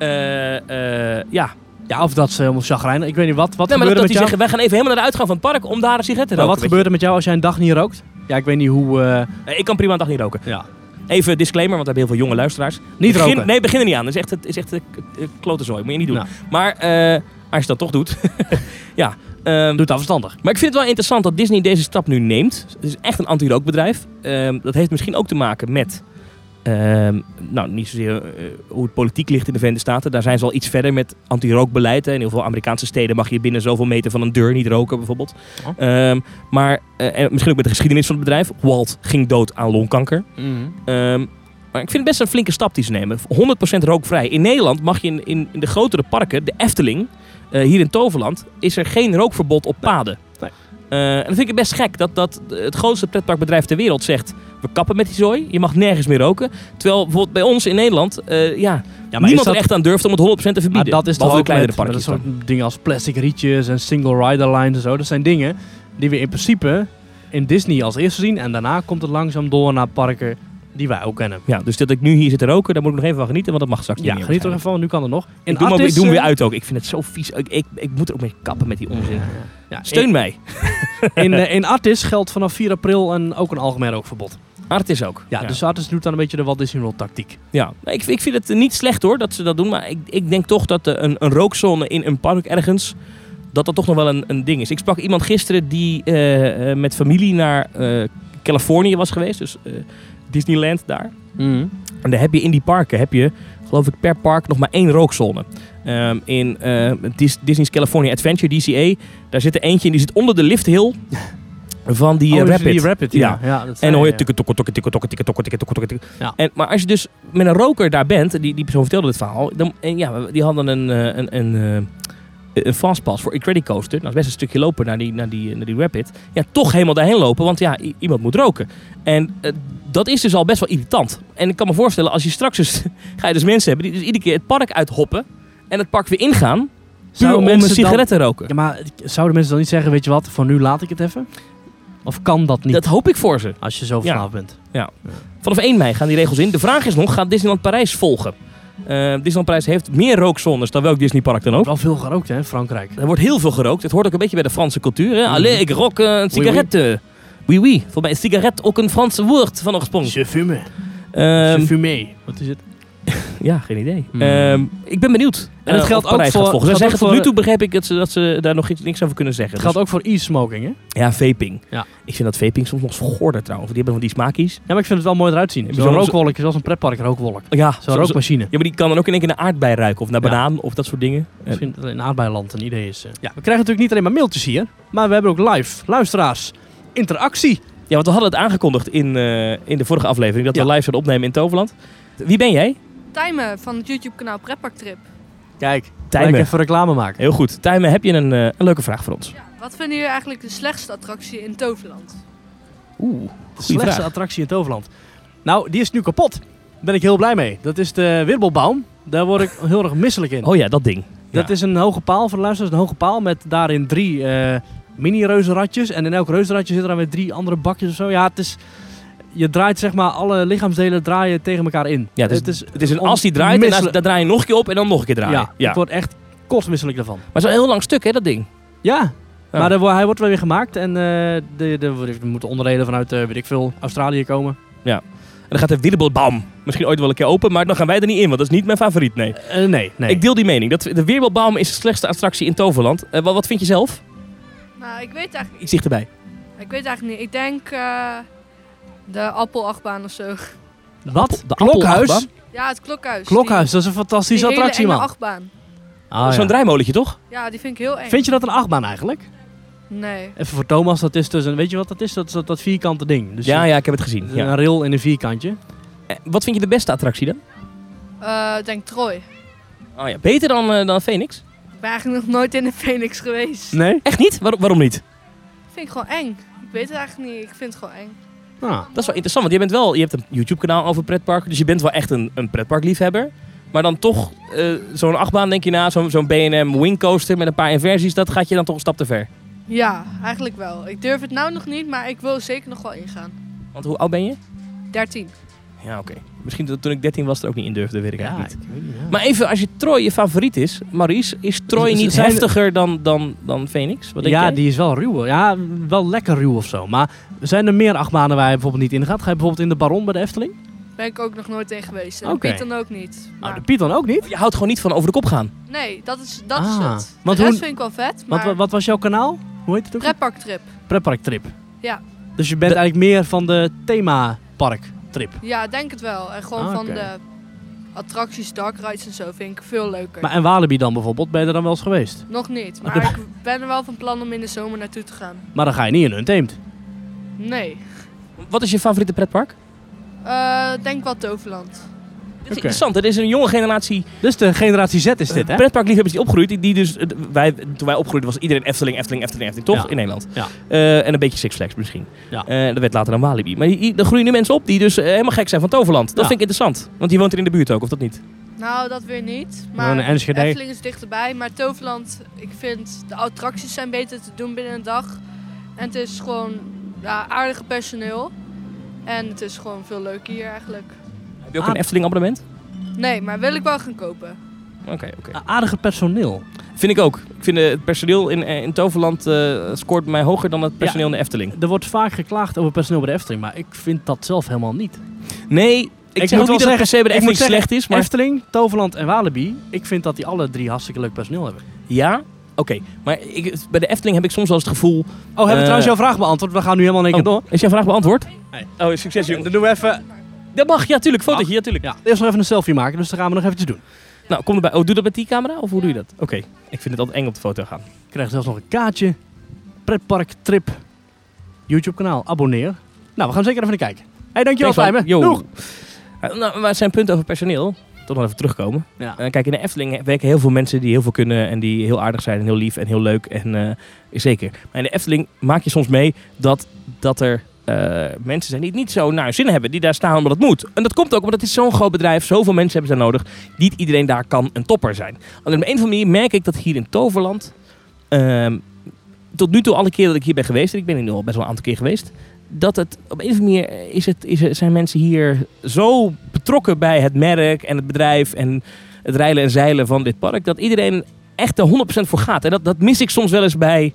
Ja, of dat ze helemaal chagrijnen. Ik weet niet wat nee, gebeurde maar dat met die jou. zeggen, wij gaan even helemaal naar de uitgang van het park om daar een sigaret te Maar roken. wat gebeurt er met jou als jij een dag niet rookt? Ja, ik weet niet hoe... Ik kan prima een dag niet roken. Ja. Even disclaimer, want we hebben heel veel jonge luisteraars. Niet roken. Nee, begin er niet aan. Het is echt klote zooi. Moet je niet doen. Nou. Maar als je dat toch doet... ja. Doe dat verstandig. Maar ik vind het wel interessant dat Disney deze stap nu neemt. Het is echt een anti-rookbedrijf. Dat heeft misschien ook te maken met... niet zozeer hoe het politiek ligt in de Verenigde Staten. Daar zijn ze al iets verder met anti-rookbeleid. In heel veel Amerikaanse steden mag je binnen zoveel meter van een deur niet roken, bijvoorbeeld. Oh. Maar misschien ook met de geschiedenis van het bedrijf. Walt ging dood aan longkanker. Maar ik vind het best een flinke stap die ze nemen. 100% rookvrij. In Nederland mag je in de grotere parken, de Efteling, hier in Toverland, is er geen rookverbod op paden. Nee. En dat vind ik best gek. Dat het grootste pretparkbedrijf ter wereld zegt, we kappen met die zooi. Je mag nergens meer roken. Terwijl bijvoorbeeld bij ons in Nederland, niemand er echt aan durft om het 100% te verbieden. Maar dat is toch de ook kleinere met parkjes. dat soort dingen als plastic rietjes en single rider lines en zo. Dat zijn dingen die we in principe in Disney als eerste zien. En daarna komt het langzaam door naar parken die wij ook kennen. Ja, dus dat ik nu hier zit te roken, daar moet ik nog even van genieten, want dat mag straks niet meer. Geniet er even van, want nu kan het nog. Ik doe hem weer uit ook. Ik vind het zo vies. Ik moet er ook mee kappen met die onzin. Ja, Steun mij. In Artis geldt vanaf 4 april ook een algemeen rookverbod. Artis ook. Ja, dus Artis doet dan een beetje de Walt Disney World tactiek. Ja, ik vind het niet slecht hoor dat ze dat doen, maar ik denk toch dat een rookzone in een park ergens, dat toch nog wel een ding is. Ik sprak iemand gisteren die met familie naar Californië was geweest, dus Disneyland daar. Mm. En daar heb je in die parken, geloof ik per park nog maar 1 rookzone. In Disney's California Adventure, DCA, daar zit er eentje in, die zit onder de lifthill van die Rapid. Die Rapid, ja. En dan hoor je tikkie. Maar als je dus met een roker daar bent, die persoon vertelde dit verhaal, die hadden een fastpass voor Incredicoaster. Nou, dat is best een stukje lopen naar die Rapid. Ja, toch helemaal daarheen lopen, want ja, iemand moet roken. En dat is dus al best wel irritant. En ik kan me voorstellen, als je straks dus, ga je dus mensen hebben die dus iedere keer het park uithoppen en het park weer ingaan, puur om een sigaret te roken. Ja, maar zouden mensen dan niet zeggen, weet je wat, van nu laat ik het even? Of kan dat niet? Dat hoop ik voor ze. Als je zo verslaafd bent. Ja. Vanaf 1 mei gaan die regels in. De vraag is nog, gaat Disneyland Parijs volgen? Disneyland Parijs heeft meer rookzones dan welk Disneypark dan ook. Er wordt wel veel gerookt hè, in Frankrijk. Er wordt heel veel gerookt. Het hoort ook een beetje bij de Franse cultuur. Hè? Allee, ik rook een sigaret. Oui, oui. Volgens mij is sigaret ook een Franse woord van oorsprong. Je fume. Je fume. Wat is het? Ja, geen idee. Ik ben benieuwd. En het geldt ook voor... Zij zeggen tot nu toe begreep ik dat ze daar nog niks over kunnen zeggen. Het geldt ook voor e-smoking, hè? Ja, vaping. Ja. Ik vind dat vaping soms nog goorder trouwens. Die hebben van die smaakjes. Ja, maar ik vind het wel mooi eruit zien. Zo'n rookwolk, zoals een pretpark rookwolk. Ja. Zo'n rookmachine. Ja, maar die kan dan ook in één keer naar aardbei ruiken. Of naar banaan of dat soort dingen. Ik vind dat in aardbeiland een idee is. Ja, we krijgen natuurlijk niet alleen maar mailtjes hier. Maar we hebben ook live luisteraars. Interactie. Ja, want we hadden het aangekondigd in de vorige aflevering. Dat we live zouden opnemen in Toverland. Wie ben jij? Tijmen van het YouTube-kanaal Pretparktrip. Kijk, Tijmen. even reclame maken. Heel goed. Tijmen, heb je een leuke vraag voor ons? Ja, wat vinden jullie eigenlijk de slechtste attractie in Toverland? De slechtste attractie in Toverland. Nou, die is nu kapot. Daar ben ik heel blij mee. Dat is de Wirbelbaum. Daar word ik heel erg misselijk in. Oh ja, dat ding. Dat is een hoge paal voor de luisteraars. Een hoge paal met daarin 3 mini-reuzenradjes. En in elk reuzenradje zitten er weer 3 andere bakjes of zo. Ja, het is... Je draait zeg maar alle lichaamsdelen draaien tegen elkaar in. Ja, het is een as die draait en daar draai je nog een keer op en dan nog een keer draaien. Ja, ik word echt kortmisselijk daarvan. Maar het is wel een heel lang stuk hè, dat ding. Ja, maar hij wordt wel weer gemaakt en er moeten onderdelen vanuit, weet ik veel, Australië komen. Ja. En dan gaat de Wirbelbaum misschien ooit wel een keer open, maar dan gaan wij er niet in, want dat is niet mijn favoriet, nee. Nee. Ik deel die mening. De Wirbelbaum is de slechtste attractie in Toverland. Wat vind je zelf? Nou, ik weet eigenlijk... Iets dichterbij. Ik weet eigenlijk niet. Ik denk de Appelachtbaan of zo. Wat? De Klokhuis? Ja, het Klokhuis. Klokhuis, dat is een fantastische attractie, man. Die achtbaan. Zo'n draaimolentje, toch? Ja, die vind ik heel eng. Vind je dat een achtbaan eigenlijk? Nee. Even voor Thomas, dat is dus een... Weet je wat dat is? Dat vierkante ding. Dus ja, ik heb het gezien. Ja. Een rail in een vierkantje. Wat vind je de beste attractie dan? Ik denk Troy. Oh ja, beter dan Phoenix? Ik ben eigenlijk nog nooit in de Phoenix geweest. Nee? Echt niet? Waarom niet? Vind ik gewoon eng. Ik weet het eigenlijk niet. Ik vind het gewoon eng. Dat is wel interessant, want je hebt een YouTube-kanaal over pretparken. Dus je bent wel echt een pretparkliefhebber. Maar dan toch, zo'n achtbaan denk je na, zo'n B&M Wingcoaster met een paar inversies, dat gaat je dan toch een stap te ver? Ja, eigenlijk wel. Ik durf het nou nog niet, maar ik wil zeker nog wel ingaan. Want hoe oud ben je? 13. Ja, oké. Misschien toen ik 13 was er ook niet in durfde, weet ik eigenlijk niet. Ik weet niet. Ja. Maar even, als je Troy je favoriet is, Maurice, is Troy niet heftiger dan Phoenix? Wat denk jij? Die is wel ruw. Ja, wel lekker ruw of zo. Maar zijn er meer achtbanen waar je bijvoorbeeld niet in gaat? Ga je bijvoorbeeld in de Baron bij de Efteling? Ben ik ook nog nooit in geweest. En Oké. Piet dan ook niet. Nou, de Piet dan ook niet? Je houdt gewoon niet van over de kop gaan. Nee, dat is het. Want De rest vind ik wel vet, maar Wat was jouw kanaal? Hoe heet het ook? pretparktrip. Pretparktrip. Ja. Dus je bent eigenlijk meer van de themaparktrip. Ja, denk het wel. En gewoon van de attracties, dark rides en zo vind ik veel leuker. Maar en Walibi dan bijvoorbeeld, ben je er dan wel eens geweest? Nog niet, maar ik ben er wel van plan om in de zomer naartoe te gaan. Maar dan ga je niet in Untamed. Nee. Wat is je favoriete pretpark? Denk wel Toverland. Het is interessant, het is een jonge generatie. Dus de generatie Z is dit, hè? Pretparkliefhebbers die opgroeid. Die dus, toen wij opgroeiden was iedereen Efteling, toch? Ja. In Nederland. Ja. En een beetje Six Flags misschien. Ja. Dat werd later dan Walibi. Maar er groeien nu mensen op die dus helemaal gek zijn van Toverland. Dat vind ik interessant. Want die woont er in de buurt ook, of dat niet? Nou, dat weer niet. Nou, Maar een Enschede. Efteling is dichterbij. Maar Toverland, ik vind de attracties zijn beter te doen binnen een dag. En het is gewoon aardige personeel. En het is gewoon veel leuker hier eigenlijk. Heb je ook een Efteling abonnement? Nee, maar wil ik wel gaan kopen. Oké. Aardige personeel. Vind ik ook. Ik vind het personeel in Toverland scoort bij mij hoger dan het personeel in de Efteling. Er wordt vaak geklaagd over personeel bij de Efteling, maar ik vind dat zelf helemaal niet. Nee, ik zeg ook niet dat het per se bij de Efteling slecht is. Maar Efteling, Toverland en Walibi, ik vind dat die alle drie hartstikke leuk personeel hebben. ja, oké. Maar bij de Efteling heb ik soms wel eens het gevoel... Oh, hebben we trouwens jouw vraag beantwoord? We gaan nu helemaal in één keer door. Is jouw vraag beantwoord? Nee. Oh, succes jongen. Dan doen we even... Dat mag, ja tuurlijk. Fotootje, ja tuurlijk. Ja, eerst nog even een selfie maken, dus dat gaan we nog eventjes doen. Nou, kom erbij. Oh, doe dat met die camera of hoe doe je dat? Oké. Ik vind het altijd eng op de foto gaan. Je krijgt zelfs nog een kaartje. Pretpark Trip. YouTube kanaal. Abonneer. Nou, we gaan zeker even naar kijken. Hey, dankjewel Tijmen. Doeg. Nou, maar zijn punt over personeel. Toch nog even terugkomen. Ja. Kijk, in de Efteling werken heel veel mensen die heel veel kunnen en die heel aardig zijn en heel lief en heel leuk. En zeker. Maar in de Efteling maak je soms mee dat er mensen zijn die het niet zo naar zin hebben. Die daar staan omdat het moet. En dat komt ook omdat het is zo'n groot bedrijf. Zoveel mensen hebben ze nodig. Niet iedereen daar kan een topper zijn. Alleen op een of andere manier merk ik dat hier in Toverland... tot nu toe alle keer dat ik hier ben geweest... en ik ben hier nu al best wel een aantal keer geweest... dat het op een of andere manier zijn mensen hier zo betrokken bij het merk en het bedrijf en het reilen en zeilen van dit park, dat iedereen echt er 100% voor gaat. En dat mis ik soms wel eens bij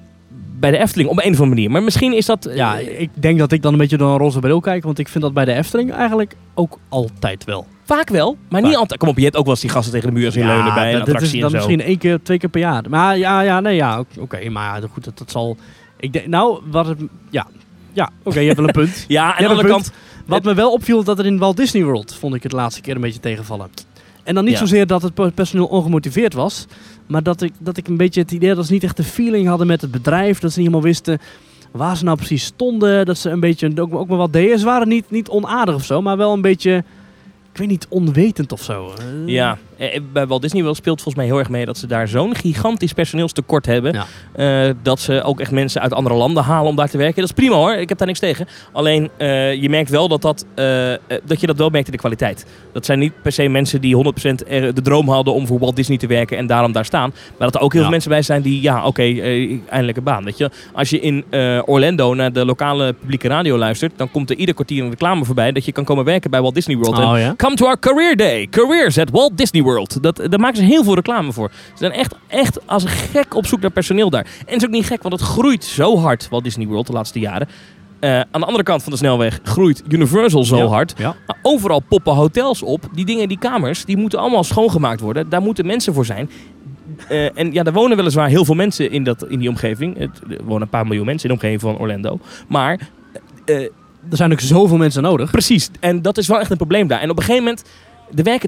de Efteling op een of andere manier. Maar misschien is dat... Ja, ik denk dat ik dan een beetje door een roze bril kijk, want ik vind dat bij de Efteling eigenlijk ook altijd wel. Vaak wel, maar niet altijd. Kom op, je hebt ook wel eens die gasten tegen de muur zien leunen bij een attractie dat en zo. misschien 1 keer, 2 keer per jaar. Maar oké, maar goed, dat zal... Ik denk, nou, wat het... Ja, oké, je hebt wel een punt. Ja, en aan de andere kant... Wat me wel opviel, dat er in Walt Disney World, vond ik het laatste keer een beetje tegenvallen. En dan niet zozeer dat het personeel ongemotiveerd was, maar dat ik een beetje het idee dat ze niet echt de feeling hadden met het bedrijf, dat ze niet helemaal wisten waar ze nou precies stonden, dat ze een beetje, ook maar wat deden. Ze waren niet onaardig of zo, maar wel een beetje, ik weet niet, onwetend of zo. Ja, bij Walt Disney World speelt volgens mij heel erg mee dat ze daar zo'n gigantisch personeelstekort hebben. Ja. Dat ze ook echt mensen uit andere landen halen om daar te werken. Dat is prima hoor, ik heb daar niks tegen. Alleen je merkt wel dat je dat wel merkt in de kwaliteit. Dat zijn niet per se mensen die 100% de droom hadden om voor Walt Disney te werken en daarom daar staan. Maar dat er ook heel veel mensen bij zijn die, eindelijk een baan. Weet je? Als je in Orlando naar de lokale publieke radio luistert, dan komt er ieder kwartier een reclame voorbij dat je kan komen werken bij Walt Disney World. Oh, ja? Come to our career day. Careers at Walt Disney World. Daar maken ze heel veel reclame voor. Ze zijn echt als een gek op zoek naar personeel daar. En het is ook niet gek, want het groeit zo hard, Walt Disney World, de laatste jaren. Aan de andere kant van de snelweg groeit Universal zo hard. Ja. Maar overal poppen hotels op. Die kamers, die moeten allemaal schoongemaakt worden. Daar moeten mensen voor zijn. En ja, er wonen weliswaar heel veel mensen in die omgeving. Er wonen een paar miljoen mensen in de omgeving van Orlando. Maar... er zijn ook zoveel mensen nodig. Precies. En dat is wel echt een probleem daar. En op een gegeven moment... Er werken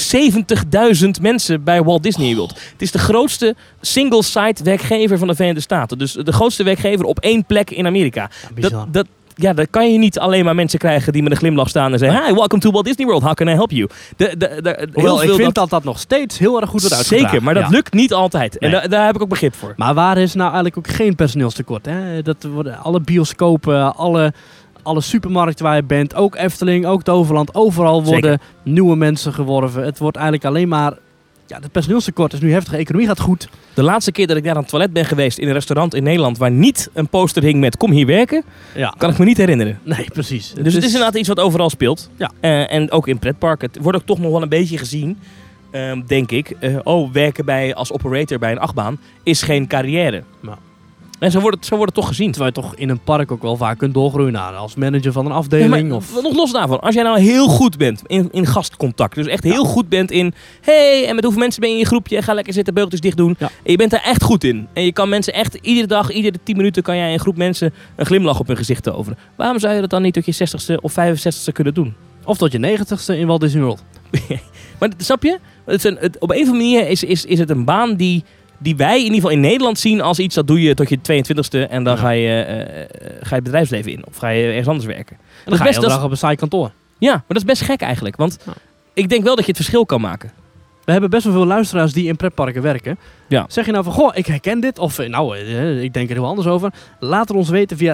72.000 mensen bij Walt Disney World. Het is de grootste single-site werkgever van de Verenigde Staten. Dus de grootste werkgever op 1 plek in Amerika. Ja, dan kan je niet alleen maar mensen krijgen die met een glimlach staan en zeggen... Hi, welcome to Walt Disney World, how can I help you? Ik vind dat nog steeds heel erg goed wordt uitgedragen. Zeker, maar dat lukt niet altijd. Nee. En daar heb ik ook begrip voor. Maar waar is nou eigenlijk ook geen personeelstekort? Hè? Dat worden alle bioscopen, alle supermarkten waar je bent, ook Efteling, ook Toverland, overal worden nieuwe mensen geworven. Het wordt eigenlijk alleen maar... Ja, het personeelstekort is nu heftig, de economie gaat goed. De laatste keer dat ik naar een toilet ben geweest in een restaurant in Nederland waar niet een poster hing met kom hier werken, kan ik me niet herinneren. Nee, precies. Dus het is inderdaad iets wat overal speelt. Ja. En ook in pretparken. Het wordt ook toch nog wel een beetje gezien, denk ik. Werken als operator bij een achtbaan is geen carrière. Nou. En zo wordt het toch gezien. Terwijl je toch in een park ook wel vaak kunt doorgroeien als manager van een afdeling. Ja, nog los daarvan. Als jij nou heel goed bent in gastcontact. Dus echt heel goed bent in... en met hoeveel mensen ben je in je groepje? Ga lekker zitten, beugeltjes dicht doen. Ja. En je bent daar echt goed in. En je kan mensen echt iedere dag, iedere 10 minuten... kan jij een groep mensen een glimlach op hun gezicht toveren. Waarom zou je dat dan niet tot je 60ste of 65ste kunnen doen? Of tot je 90ste in Walt Disney World. Maar snap je? Op een of andere manier is het een baan die wij in ieder geval in Nederland zien als iets dat doe je tot je 22e en dan ga je het bedrijfsleven in. Of ga je ergens anders werken. En dan ga je heel dag op een saai kantoor. Ja, maar dat is best gek eigenlijk. Want ik denk wel dat je het verschil kan maken. We hebben best wel veel luisteraars die in pretparken werken. Ja. Zeg je nou van, goh, ik herken dit. Of ik denk er heel anders over. Laat het ons weten via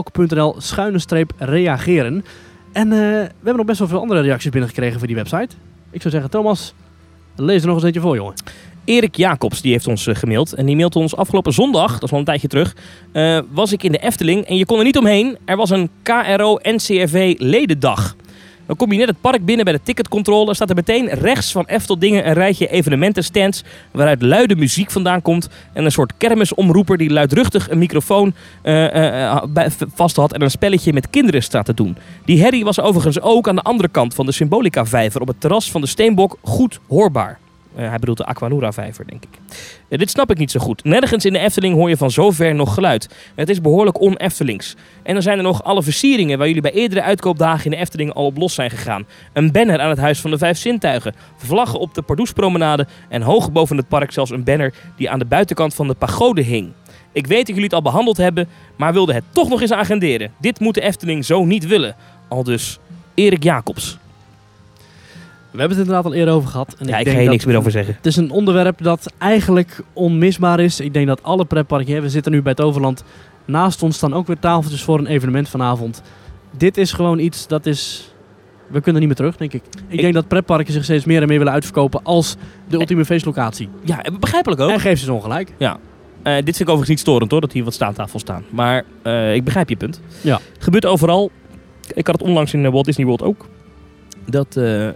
themetalk.nl/reageren. En we hebben nog best wel veel andere reacties binnengekregen voor die website. Ik zou zeggen, Thomas, lees er nog eens eentje voor, jongen. Erik Jacobs die heeft ons gemaild. En die mailt ons afgelopen zondag, dat is wel een tijdje terug, was ik in de Efteling en je kon er niet omheen. Er was een KRO-NCRV ledendag. Dan kom je net het park binnen bij de ticketcontrole. Staat er meteen rechts van Efteldingen een rijtje evenementenstands waaruit luide muziek vandaan komt. En een soort kermisomroeper die luidruchtig een microfoon vast had en een spelletje met kinderen staat te doen. Die herrie was overigens ook aan de andere kant van de Symbolica-vijver op het terras van de Steenbok goed hoorbaar. Hij bedoelt de Aquanura-vijver, denk ik. Dit snap ik niet zo goed. Nergens in de Efteling hoor je van zover nog geluid. Het is behoorlijk on-Eftelings. En dan zijn er nog alle versieringen waar jullie bij eerdere uitkoopdagen in de Efteling al op los zijn gegaan. Een banner aan het Huis van de Vijf Zintuigen. Vlaggen op de Pardoespromenade. En hoog boven het park zelfs een banner die aan de buitenkant van de pagode hing. Ik weet dat jullie het al behandeld hebben, maar wilde het toch nog eens agenderen. Dit moet de Efteling zo niet willen. Aldus Erik Jacobs. We hebben het inderdaad al eerder over gehad. En ik ga hier niks meer over zeggen. Het is een onderwerp dat eigenlijk onmisbaar is. Ik denk dat alle pretparken, we zitten nu bij Toverland. Naast ons staan ook weer tafeltjes voor een evenement vanavond. Dit is gewoon iets dat is... We kunnen niet meer terug, denk ik. Ik denk dat pretparken zich steeds meer en meer willen uitverkopen als de ultieme feestlocatie. Ja, begrijpelijk ook. En geef ze ongelijk. Ja. Dit vind ik overigens niet storend hoor, dat hier wat staantafels staan. Maar ik begrijp je punt. Ja. Het gebeurt overal. Ik had het onlangs in Walt Disney World ook. Dat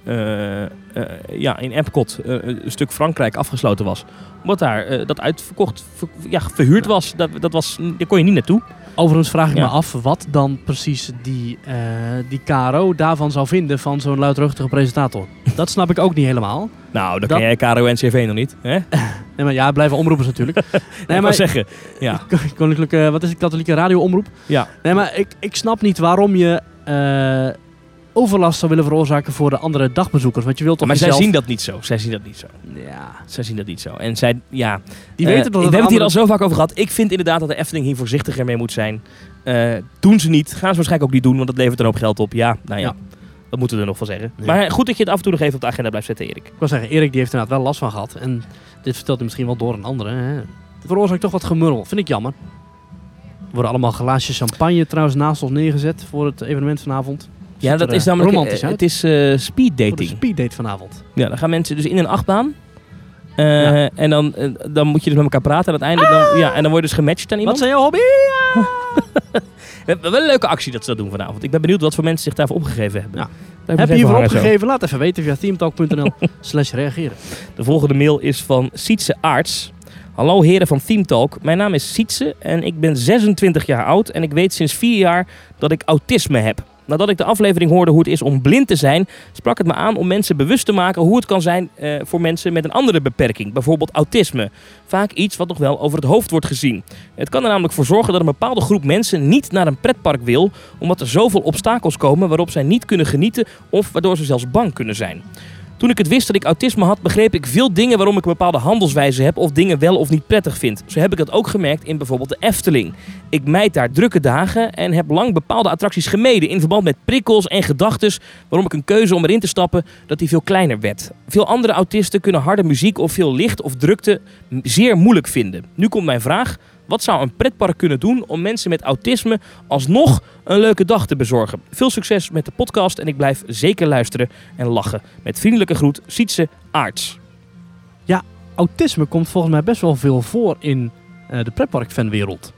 in Epcot een stuk Frankrijk afgesloten was. Omdat daar dat uitverkocht, verhuurd was. Daar kon je niet naartoe. Overigens vraag ik me af wat dan precies die KRO daarvan zou vinden van zo'n luidruchtige presentator. Dat snap ik ook niet helemaal. Nou, dan ken jij KRO-NCRV nog niet. Hè? Nee, maar blijven omroepers natuurlijk. Nee, maar zeggen. Ja. Koninklijke, wat is het, katholieke radioomroep? Ja. Nee, maar ik snap niet waarom je... overlast zou willen veroorzaken voor de andere dagbezoekers. Want je wilt toch maar jezelf... zij zien dat niet zo. Ja. Zij zien dat niet zo. En zij, die weten dat we hebben het hier al zo vaak over gehad. Ik vind inderdaad dat de Efteling hier voorzichtiger mee moet zijn. Doen ze niet. Gaan ze waarschijnlijk ook niet doen, want dat levert een hoop geld op. Ja. Dat moeten we er nog van zeggen. Ja. Maar goed dat je het af en toe nog even op de agenda blijft zetten, Erik. Ik wil zeggen, Erik die heeft inderdaad wel last van gehad. En dit vertelt hij misschien wel door een andere. Hè. Het veroorzaakt toch wat gemurrel. Vind ik jammer. Er worden allemaal glaasjes champagne trouwens naast ons neergezet voor het evenement vanavond. Ja, dat is namelijk romantisch. Het is speed dating. Voor de speed date vanavond. Ja, dan gaan mensen dus in een achtbaan. En dan moet je dus met elkaar praten. En uiteindelijk en dan word je dus gematcht aan iemand. Wat zijn jouw hobby? Wel een leuke actie dat ze dat doen vanavond. Ik ben benieuwd wat voor mensen zich daarvoor opgegeven hebben. Ja. Heb je hiervoor opgegeven? Laat even weten via themetalk.nl/reageren. De volgende mail is van Sietse Aarts. Hallo heren van Theme Talk. Mijn naam is Sietse en ik ben 26 jaar oud. En ik weet sinds 4 jaar dat ik autisme heb. Nadat ik de aflevering hoorde hoe het is om blind te zijn, sprak het me aan om mensen bewust te maken hoe het kan zijn voor mensen met een andere beperking. Bijvoorbeeld autisme. Vaak iets wat nog wel over het hoofd wordt gezien. Het kan er namelijk voor zorgen dat een bepaalde groep mensen niet naar een pretpark wil, omdat er zoveel obstakels komen waarop zij niet kunnen genieten of waardoor ze zelfs bang kunnen zijn. Toen ik het wist dat ik autisme had, begreep ik veel dingen waarom ik een bepaalde handelswijze heb of dingen wel of niet prettig vind. Zo heb ik dat ook gemerkt in bijvoorbeeld de Efteling. Ik mijd daar drukke dagen en heb lang bepaalde attracties gemeden in verband met prikkels en gedachtes waarom ik een keuze om erin te stappen dat die veel kleiner werd. Veel andere autisten kunnen harde muziek of veel licht of drukte zeer moeilijk vinden. Nu komt mijn vraag. Wat zou een pretpark kunnen doen om mensen met autisme alsnog een leuke dag te bezorgen? Veel succes met de podcast en ik blijf zeker luisteren en lachen. Met vriendelijke groet, Sietse Aarts. Ja, autisme komt volgens mij best wel veel voor in de pretparkfanwereld.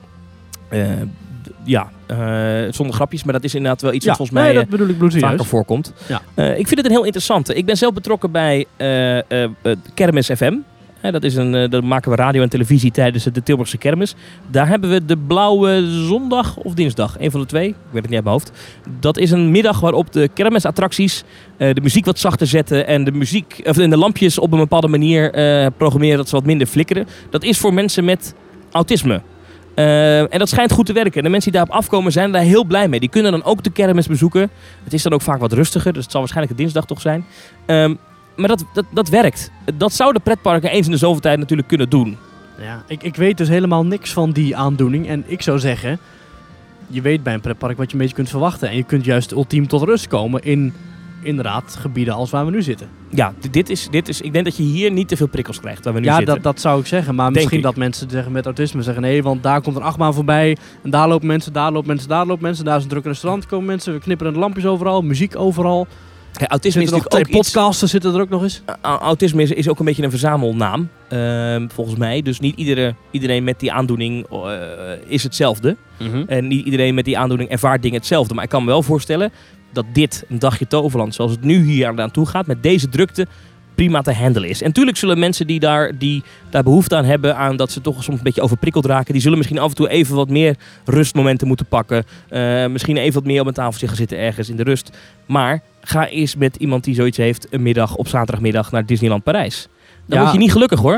Zonder grapjes, maar dat is inderdaad wel iets wat volgens mij dat bedoel ik vaker voorkomt. Ja. Ik vind het een heel interessante. Ik ben zelf betrokken bij Kermis FM. Daar maken we radio en televisie tijdens de Tilburgse Kermis. Daar hebben we de Blauwe Zondag of Dinsdag. Een van de twee. Ik weet het niet uit mijn hoofd. Dat is een middag waarop de kermisattracties de muziek wat zachter zetten. En de lampjes op een bepaalde manier programmeren dat ze wat minder flikkeren. Dat is voor mensen met autisme. En dat schijnt goed te werken. De mensen die daarop afkomen zijn daar heel blij mee. Die kunnen dan ook de kermis bezoeken. Het is dan ook vaak wat rustiger. Dus het zal waarschijnlijk de dinsdag toch zijn. Maar dat werkt. Dat zouden pretparken eens in de zoveel tijd natuurlijk kunnen doen. Ja, ik weet dus helemaal niks van die aandoening. En ik zou zeggen, je weet bij een pretpark wat je een beetje kunt verwachten. En je kunt juist ultiem tot rust komen in inderdaad gebieden als waar we nu zitten. Ja, dit is. Ik denk dat je hier niet te veel prikkels krijgt waar we nu zitten. Ja, dat zou ik zeggen. Maar misschien dat mensen zeggen met autisme zeggen nee, want daar komt een achtbaan voorbij. En daar lopen mensen, daar lopen mensen, daar lopen mensen. Daar is een druk restaurant, komen mensen. We knipperen de lampjes overal, muziek overal. Ja, autisme is natuurlijk ook podcasten zitten er ook nog eens. Autisme is ook een beetje een verzamelnaam, volgens mij. Dus niet iedereen met die aandoening is hetzelfde. Mm-hmm. En niet iedereen met die aandoening ervaart dingen hetzelfde. Maar ik kan me wel voorstellen dat dit, een dagje Toverland, zoals het nu hier aan toe gaat, met deze drukte, prima te handelen is. En natuurlijk zullen mensen die daar behoefte aan hebben, aan dat ze toch soms een beetje overprikkeld raken, die zullen misschien af en toe even wat meer rustmomenten moeten pakken. Misschien even wat meer op een tafeltje gaan zitten ergens in de rust. Maar ga eens met iemand die zoiets heeft een middag op zaterdagmiddag naar Disneyland Parijs. Dan word je niet gelukkig hoor.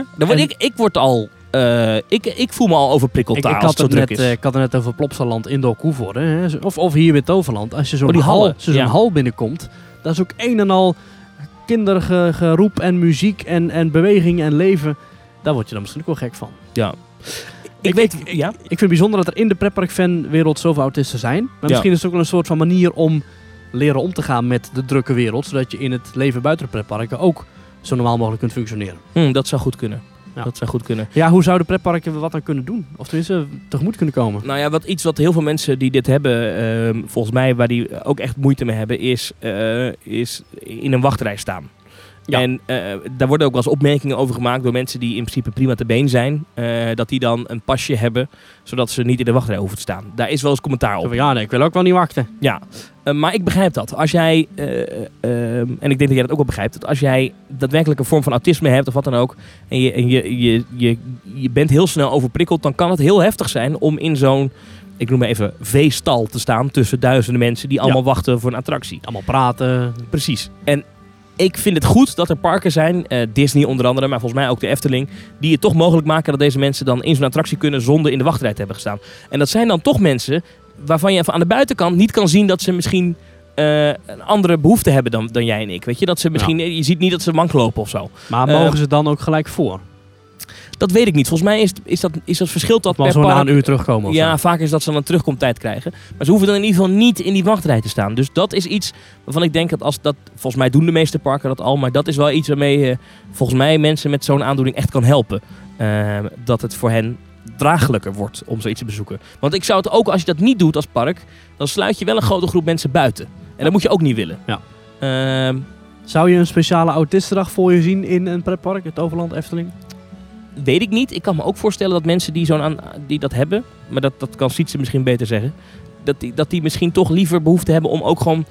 Ik voel me al overprikkeld als het zo druk is. Ik had het net over Plopsaland Indoor Koevoorde. Of hier weer Toverland. Als je zo'n hal binnenkomt, dat is ook een en al kindergeroep en muziek en beweging en leven. Daar word je dan misschien ook wel gek van. Ja. Ik vind het bijzonder dat er in de pretparkfanwereld zoveel autisten zijn. Maar misschien is het ook wel een soort van manier om leren om te gaan met de drukke wereld. Zodat je in het leven buiten de pretparken ook zo normaal mogelijk kunt functioneren. Dat zou goed kunnen. Ja. Dat zou goed kunnen. Ja, hoe zouden pretparken wat aan kunnen doen? Of tenminste tegemoet kunnen komen? Nou ja, iets wat heel veel mensen die dit hebben, volgens mij waar die ook echt moeite mee hebben, is in een wachtrij staan. Ja. En daar worden ook wel eens opmerkingen over gemaakt door mensen die in principe prima te been zijn. Dat die dan een pasje hebben, zodat ze niet in de wachtrij hoeven te staan. Daar is wel eens commentaar op. Ja, nee, ik wil ook wel niet wachten. Ja, maar ik begrijp dat. Als jij, en ik denk dat jij dat ook wel begrijpt, dat als jij daadwerkelijk een vorm van autisme hebt of wat dan ook, en je bent heel snel overprikkeld, dan kan het heel heftig zijn om in zo'n, ik noem maar even, veestal te staan tussen duizenden mensen die allemaal wachten voor een attractie. Allemaal praten. Precies. En ik vind het goed dat er parken zijn, Disney onder andere, maar volgens mij ook de Efteling, die het toch mogelijk maken dat deze mensen dan in zo'n attractie kunnen zonder in de wachtrij te hebben gestaan. En dat zijn dan toch mensen waarvan je aan de buitenkant niet kan zien dat ze misschien een andere behoefte hebben dan jij en ik. Weet je, dat ze misschien, je ziet niet dat ze mank lopen of zo. Maar mogen ze dan ook gelijk voor? Dat weet ik niet. Volgens mij is dat verschil dat per park. Na een uur terugkomen. Ja, vaak is dat ze dan een terugkomtijd krijgen. Maar ze hoeven dan in ieder geval niet in die wachtrij te staan. Dus dat is iets waarvan ik denk dat volgens mij doen de meeste parken dat al. Maar dat is wel iets waarmee je volgens mij mensen met zo'n aandoening echt kan helpen. Dat het voor hen draaglijker wordt om zoiets te bezoeken. Want ik zou het ook, als je dat niet doet als park, dan sluit je wel een grote groep mensen buiten. En dat moet je ook niet willen. Ja. Zou je een speciale autistendag voor je zien in een pretpark, het Toverland, Efteling? Weet ik niet. Ik kan me ook voorstellen dat mensen die dat hebben, maar dat kan Sietse misschien beter zeggen, dat die misschien toch liever behoefte hebben om ook gewoon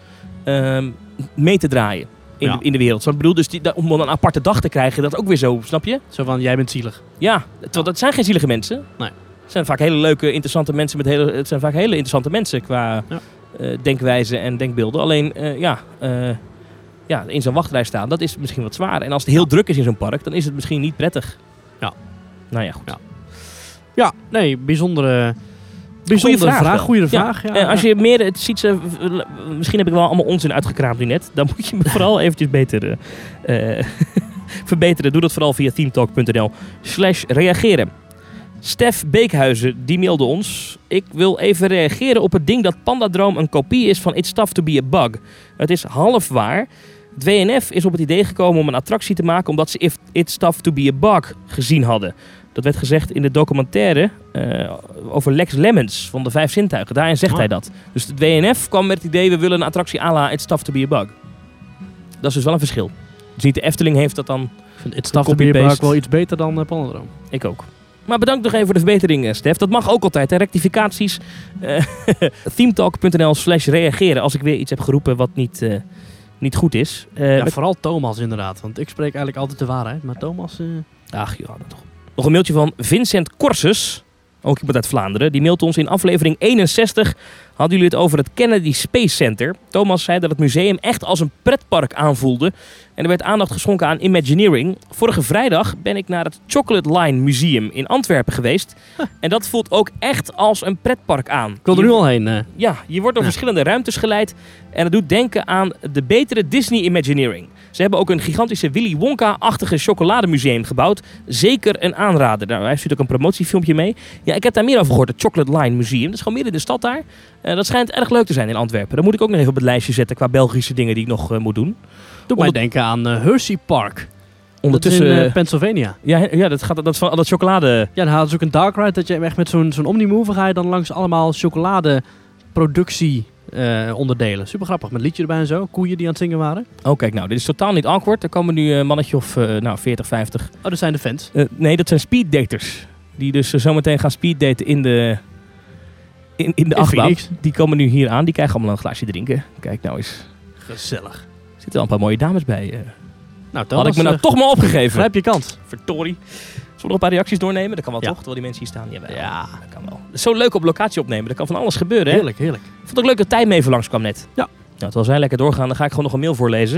mee te draaien in de wereld. Zo, ik bedoel, dus om een aparte dag te krijgen, dat ook weer zo, snap je? Zo van, jij bent zielig. Ja, dat zijn geen zielige mensen. Nee. Het zijn vaak hele leuke, interessante mensen het zijn vaak hele interessante mensen qua denkwijze en denkbeelden. Alleen, in zo'n wachtrij staan, dat is misschien wat zwaar. En als het heel druk is in zo'n park, dan is het misschien niet prettig. Ja. Nou ja, goed. Ja, nee, bijzondere Bijzondere vraag. Goede vraag. Ja. Als je meer het ziet, misschien heb ik wel allemaal onzin uitgekraamd nu net. Dan moet je me vooral eventjes beter verbeteren. Doe dat vooral via teamtalk.nl/reageren. Stef Beekhuizen, die mailde ons. Ik wil even reageren op het ding dat Pandadroom een kopie is van It's Tough to be a Bug. Het is half waar. Het WNF is op het idee gekomen om een attractie te maken omdat ze It's Tough to be a Bug gezien hadden. Dat werd gezegd in de documentaire over Lex Lemmens van de 5 zintuigen. Daarin zegt hij dat. Dus het WNF kwam met het idee, we willen een attractie à la It's Tough to be a Bug. Dat is dus wel een verschil. Dus niet de Efteling heeft dat dan. Ik vind It's Tough to be a Bug wel iets beter dan Pandadroom. Ik ook. Maar bedankt nog even voor de verbetering, Stef. Dat mag ook altijd, hè. Rectificaties. Themetalk.nl/reageren als ik weer iets heb geroepen wat niet goed is. Vooral Thomas inderdaad. Want ik spreek eigenlijk altijd de waarheid. Maar Thomas... Ach, joh, dat toch. Nog een mailtje van Vincent Corses. Ook iemand uit Vlaanderen. Die mailt ons in aflevering 61. Hadden jullie het over het Kennedy Space Center. Thomas zei dat het museum echt als een pretpark aanvoelde. En er werd aandacht geschonken aan Imagineering. Vorige vrijdag ben ik naar het Chocolate Line Museum in Antwerpen geweest. En dat voelt ook echt als een pretpark aan. Ik wil er nu al heen. Ja, je wordt door verschillende ruimtes geleid. En dat doet denken aan de betere Disney Imagineering. Ze hebben ook een gigantische Willy Wonka-achtige chocolademuseum gebouwd. Zeker een aanrader. Nou, hij stuurt ook een promotiefilmpje mee. Ja, ik heb daar meer over gehoord. Het Chocolate Line Museum. Dat is gewoon midden in de stad daar. Dat schijnt erg leuk te zijn in Antwerpen. Dat moet ik ook nog even op het lijstje zetten qua Belgische dingen die ik nog moet doen. Doe mij denken aan Hershey Park. Ondertussen dat is in Pennsylvania. Ja, dat is van dat chocolade. Ja, dan hadden ze ook een dark ride dat je echt met zo'n Omnimove ga je dan langs allemaal chocoladeproductie onderdelen. Super grappig, met liedje erbij en zo. Koeien die aan het zingen waren. Oh, kijk nou, dit is totaal niet awkward. Er komen nu een mannetje of 40, 50. Oh, dat zijn de fans? Nee, dat zijn speeddaters. Die dus zometeen gaan speeddaten in de achtbaan. Phoenix. Die komen nu hier aan. Die krijgen allemaal een glaasje drinken. Kijk nou eens. Gezellig. Er zitten wel een paar mooie dames bij. Nou, had ik me nou toch maar opgegeven. Grijp je kans. Verdorie. Zullen we nog een paar reacties doornemen? Dat kan wel toch, terwijl die mensen hier staan. Ja, dat kan wel. Het is zo leuk op locatie opnemen. Er kan van alles gebeuren, hè? Heerlijk. Ik vond het ook leuk dat Tijm even langskwam net. Ja. Nou, terwijl zij lekker doorgaan, dan ga ik gewoon nog een mail voorlezen.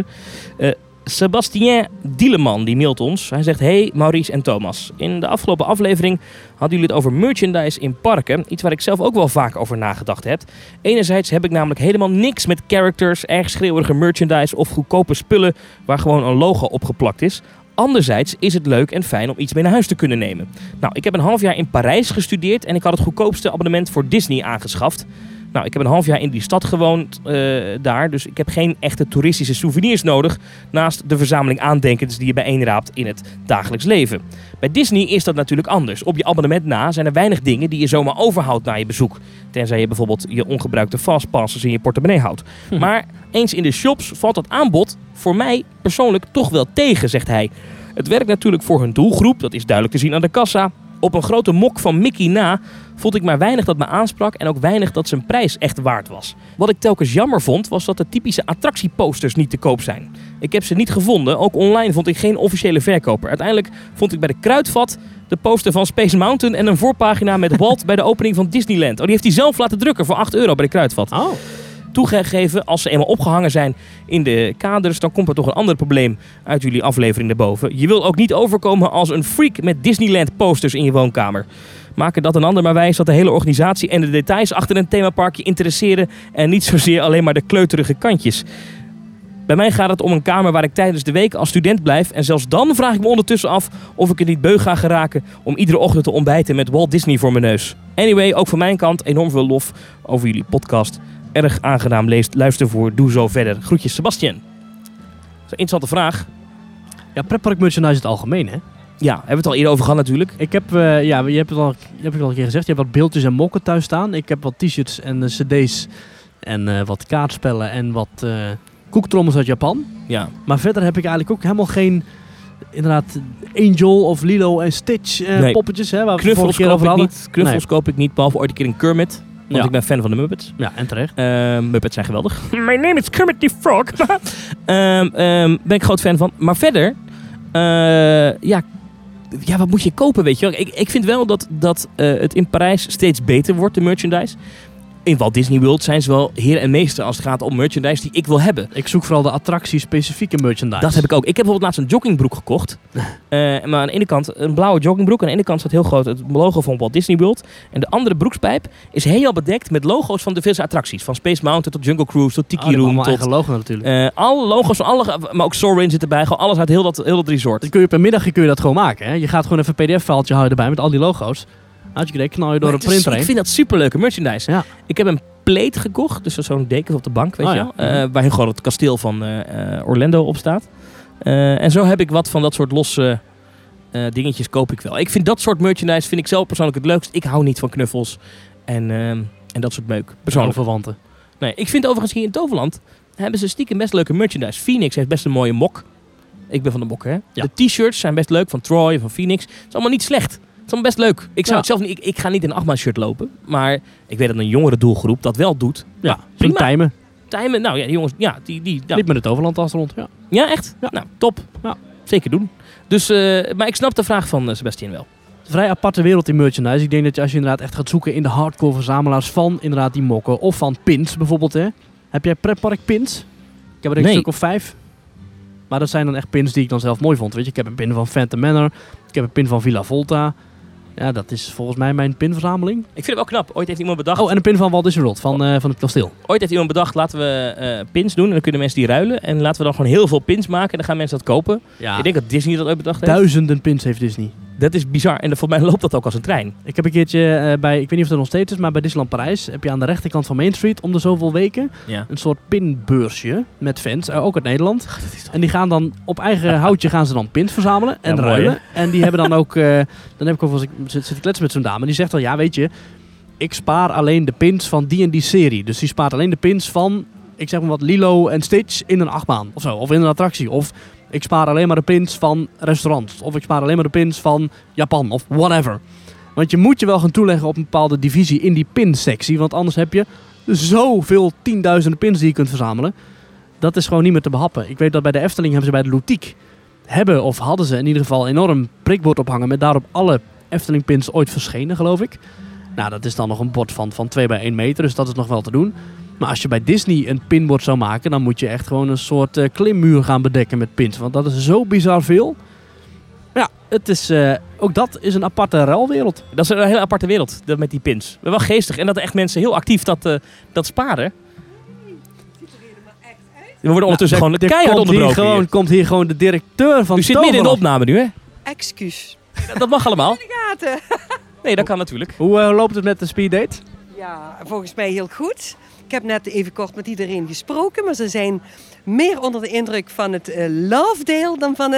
Sebastien Dieleman, die mailt ons. Hij zegt, hey Maurice en Thomas. In de afgelopen aflevering hadden jullie het over merchandise in parken. Iets waar ik zelf ook wel vaak over nagedacht heb. Enerzijds heb ik namelijk helemaal niks met characters, erg schreeuwerige merchandise of goedkope spullen waar gewoon een logo op geplakt is. Anderzijds is het leuk en fijn om iets mee naar huis te kunnen nemen. Nou, ik heb een half jaar in Parijs gestudeerd en ik had het goedkoopste abonnement voor Disney aangeschaft. Nou, ik heb een half jaar in die stad gewoond daar, dus ik heb geen echte toeristische souvenirs nodig naast de verzameling aandenkens die je bijeenraapt in het dagelijks leven. Bij Disney is dat natuurlijk anders. Op je abonnement na zijn er weinig dingen die je zomaar overhoudt na je bezoek. Tenzij je bijvoorbeeld je ongebruikte fastpasses in je portemonnee houdt. Maar eens in de shops valt dat aanbod voor mij persoonlijk toch wel tegen, zegt hij. Het werkt natuurlijk voor hun doelgroep, dat is duidelijk te zien aan de kassa. Op een grote mok van Mickey na voelde ik maar weinig dat me aansprak en ook weinig dat zijn prijs echt waard was. Wat ik telkens jammer vond, was dat de typische attractieposters niet te koop zijn. Ik heb ze niet gevonden, ook online vond ik geen officiële verkoper. Uiteindelijk vond ik bij de Kruidvat de poster van Space Mountain en een voorpagina met Walt bij de opening van Disneyland. Oh, die heeft hij zelf laten drukken voor €8 bij de Kruidvat. Oh. Toegegeven, als ze eenmaal opgehangen zijn in de kaders, dan komt er toch een ander probleem uit jullie aflevering naar boven. Je wil ook niet overkomen als een freak met Disneyland posters in je woonkamer. Maken dat een ander maar wijs dat de hele organisatie en de details achter een themapark je interesseren en niet zozeer alleen maar de kleuterige kantjes. Bij mij gaat het om een kamer waar ik tijdens de week als student blijf en zelfs dan vraag ik me ondertussen af of ik het niet beu ga geraken om iedere ochtend te ontbijten met Walt Disney voor mijn neus. Anyway, ook van mijn kant enorm veel lof over jullie podcast. Erg aangenaam luister voor, doe zo verder. Groetjes, Sebastian. Dat is een interessante vraag. Ja, pretpark merchandise in het algemeen, hè? Ja, hebben we het al eerder over gehad natuurlijk. Ik heb, je hebt het al een keer gezegd, je hebt wat beeldjes en mokken thuis staan. Ik heb wat t-shirts en cd's en wat kaartspellen en wat koektrommels uit Japan. Ja. Maar verder heb ik eigenlijk ook helemaal geen, inderdaad, Angel of Lilo en Stitch poppetjes. Hè, waar we Knuffels koop ik niet. Knuffels koop ik niet, behalve ooit een keer een Kermit. Want ik ben fan van de Muppets. Ja, en terecht. Muppets zijn geweldig. My name is Kermit the Frog. Ben ik groot fan van. Maar verder, wat moet je kopen, weet je wel? Ik vind wel dat het in Parijs steeds beter wordt, de merchandise. in Walt Disney World zijn ze wel heer en meester als het gaat om merchandise die ik wil hebben. Ik zoek vooral de attractie-specifieke merchandise. Dat heb ik ook. Ik heb bijvoorbeeld laatst een joggingbroek gekocht. Maar aan de ene kant een blauwe joggingbroek. Aan de ene kant staat heel groot het logo van Walt Disney World. En de andere broekspijp is helemaal bedekt met logo's van diverse attracties. Van Space Mountain tot Jungle Cruise tot Tiki Room. Tot eigen logo natuurlijk. Alle logo's van maar ook Soarin zit erbij. Gewoon alles uit heel dat resort. Dan kun je per middagje dat gewoon maken. Hè? Je gaat gewoon even een pdf-filetje houden erbij met al die logo's. Had je idee, knal je door een printer heen. Ik vind dat superleuke merchandise. Ja. Ik heb een plate gekocht. Dus zo'n deken op de bank, weet je wel. Waar heel gewoon het kasteel van Orlando op staat. En zo heb ik wat van dat soort losse dingetjes koop ik wel. Ik vind dat soort merchandise vind ik zelf persoonlijk het leukst. Ik hou niet van knuffels en dat soort meuk. Persoonlijk. Verwanten. Nee, ik vind overigens hier in Toverland hebben ze stiekem best leuke merchandise. Phoenix heeft best een mooie mok. Ik ben van de mokken, hè? Ja. De t-shirts zijn best leuk van Troy, van Phoenix. Het is allemaal niet slecht. Het is allemaal best leuk. Ik zou het zelf niet... Ik ga niet in een 8-maal shirt lopen. Maar ik weet dat een jongere doelgroep dat wel doet. Ja, prima. Tijmen, nou ja, die jongens... Ja, die liep met de Toverlandtas rond, ja. Ja, echt? Ja. Nou, top. Ja. Zeker doen. Dus, maar ik snap de vraag van Sebastian wel. Vrij aparte wereld in merchandise. Ik denk dat als je inderdaad echt gaat zoeken in de hardcore verzamelaars van inderdaad die mokken. Of van pins bijvoorbeeld, hè. Heb jij pretpark pins? Ik heb er een stuk of 5. Maar dat zijn dan echt pins die ik dan zelf mooi vond. Weet je, ik heb een pin van Phantom Manor. Ik heb een pin van Villa Volta. Ja, dat is volgens mij mijn pinverzameling. Ik vind het wel knap. Ooit heeft iemand bedacht... Oh, en een pin van Walt Disney World, van het kasteel. Ooit heeft iemand bedacht, laten we pins doen. En dan kunnen mensen die ruilen. En laten we dan gewoon heel veel pins maken. En dan gaan mensen dat kopen. Ja. Ik denk dat Disney dat ooit bedacht heeft. 1000 pins heeft Disney. Dat is bizar. En voor mij loopt dat ook als een trein. Ik heb een keertje bij, ik weet niet of dat nog steeds is, maar bij Disneyland Parijs heb je aan de rechterkant van Main Street om de zoveel weken een soort pinbeursje met fans, ook uit Nederland. En die gaan dan op eigen houtje gaan ze dan pins verzamelen en ruilen. Mooi, en die hebben dan ook, dan heb ik ook wel eens, zit te kletsen met zo'n dame, die zegt dan, ja weet je, ik spaar alleen de pins van die en die serie. Dus die spaart alleen de pins van, ik zeg maar wat, Lilo en Stitch in een achtbaan of zo, of in een attractie. Of ik spaar alleen maar de pins van restaurants. Of ik spaar alleen maar de pins van Japan. Of whatever. Want je moet je wel gaan toeleggen op een bepaalde divisie in die pinsectie. Want anders heb je zoveel tienduizenden pins die je kunt verzamelen. Dat is gewoon niet meer te behappen. Ik weet dat bij de Efteling hebben ze bij de Ludiek hadden ze in ieder geval een enorm prikbord ophangen. Met daarop alle Efteling pins ooit verschenen, geloof ik. Nou, dat is dan nog een bord van 2 bij 1 meter. Dus dat is nog wel te doen. Maar als je bij Disney een pinbord zou maken, dan moet je echt gewoon een soort klimmuur gaan bedekken met pins. Want dat is zo bizar veel. Ja, het is, ook dat is een aparte ruilwereld. Dat is een hele aparte wereld, dat met die pins. Wel geestig. En dat er echt mensen heel actief dat sparen. We worden ondertussen gewoon keihard onderbroken. Komt hier gewoon de directeur van U zit midden in de opname nu, hè? Excuus. Dat mag allemaal. In de gaten. Nee, dat kan natuurlijk. Hoe loopt het met de speeddate? Ja, volgens mij heel goed. Ik heb net even kort met iedereen gesproken, maar ze zijn meer onder de indruk van het Lovedale dan van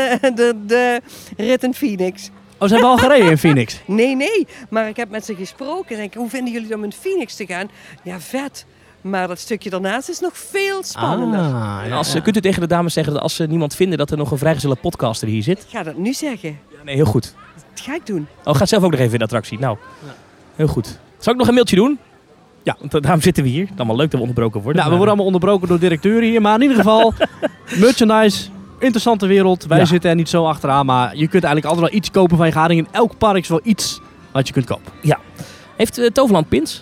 de rit in Phoenix. Oh, ze hebben al gereden in Phoenix? Nee, maar ik heb met ze gesproken. En hoe vinden jullie om in Phoenix te gaan? Ja, vet. Maar dat stukje daarnaast is nog veel spannender. Kunt u tegen de dames zeggen dat als ze niemand vinden dat er nog een vrijgezelle podcaster hier zit? Ik ga dat nu zeggen. Ja, nee, heel goed. Dat ga ik doen. Oh, gaat zelf ook nog even in de attractie. Nou, heel goed. Zal ik nog een mailtje doen? Ja, want daarom zitten we hier. Het is allemaal leuk dat we onderbroken worden. Nou, we worden allemaal onderbroken door directeuren hier. Maar in ieder geval, merchandise, interessante wereld. Wij zitten er niet zo achteraan. Maar je kunt eigenlijk altijd wel iets kopen van je gading. In elk park is wel iets wat je kunt kopen. Ja. Heeft Toverland pins?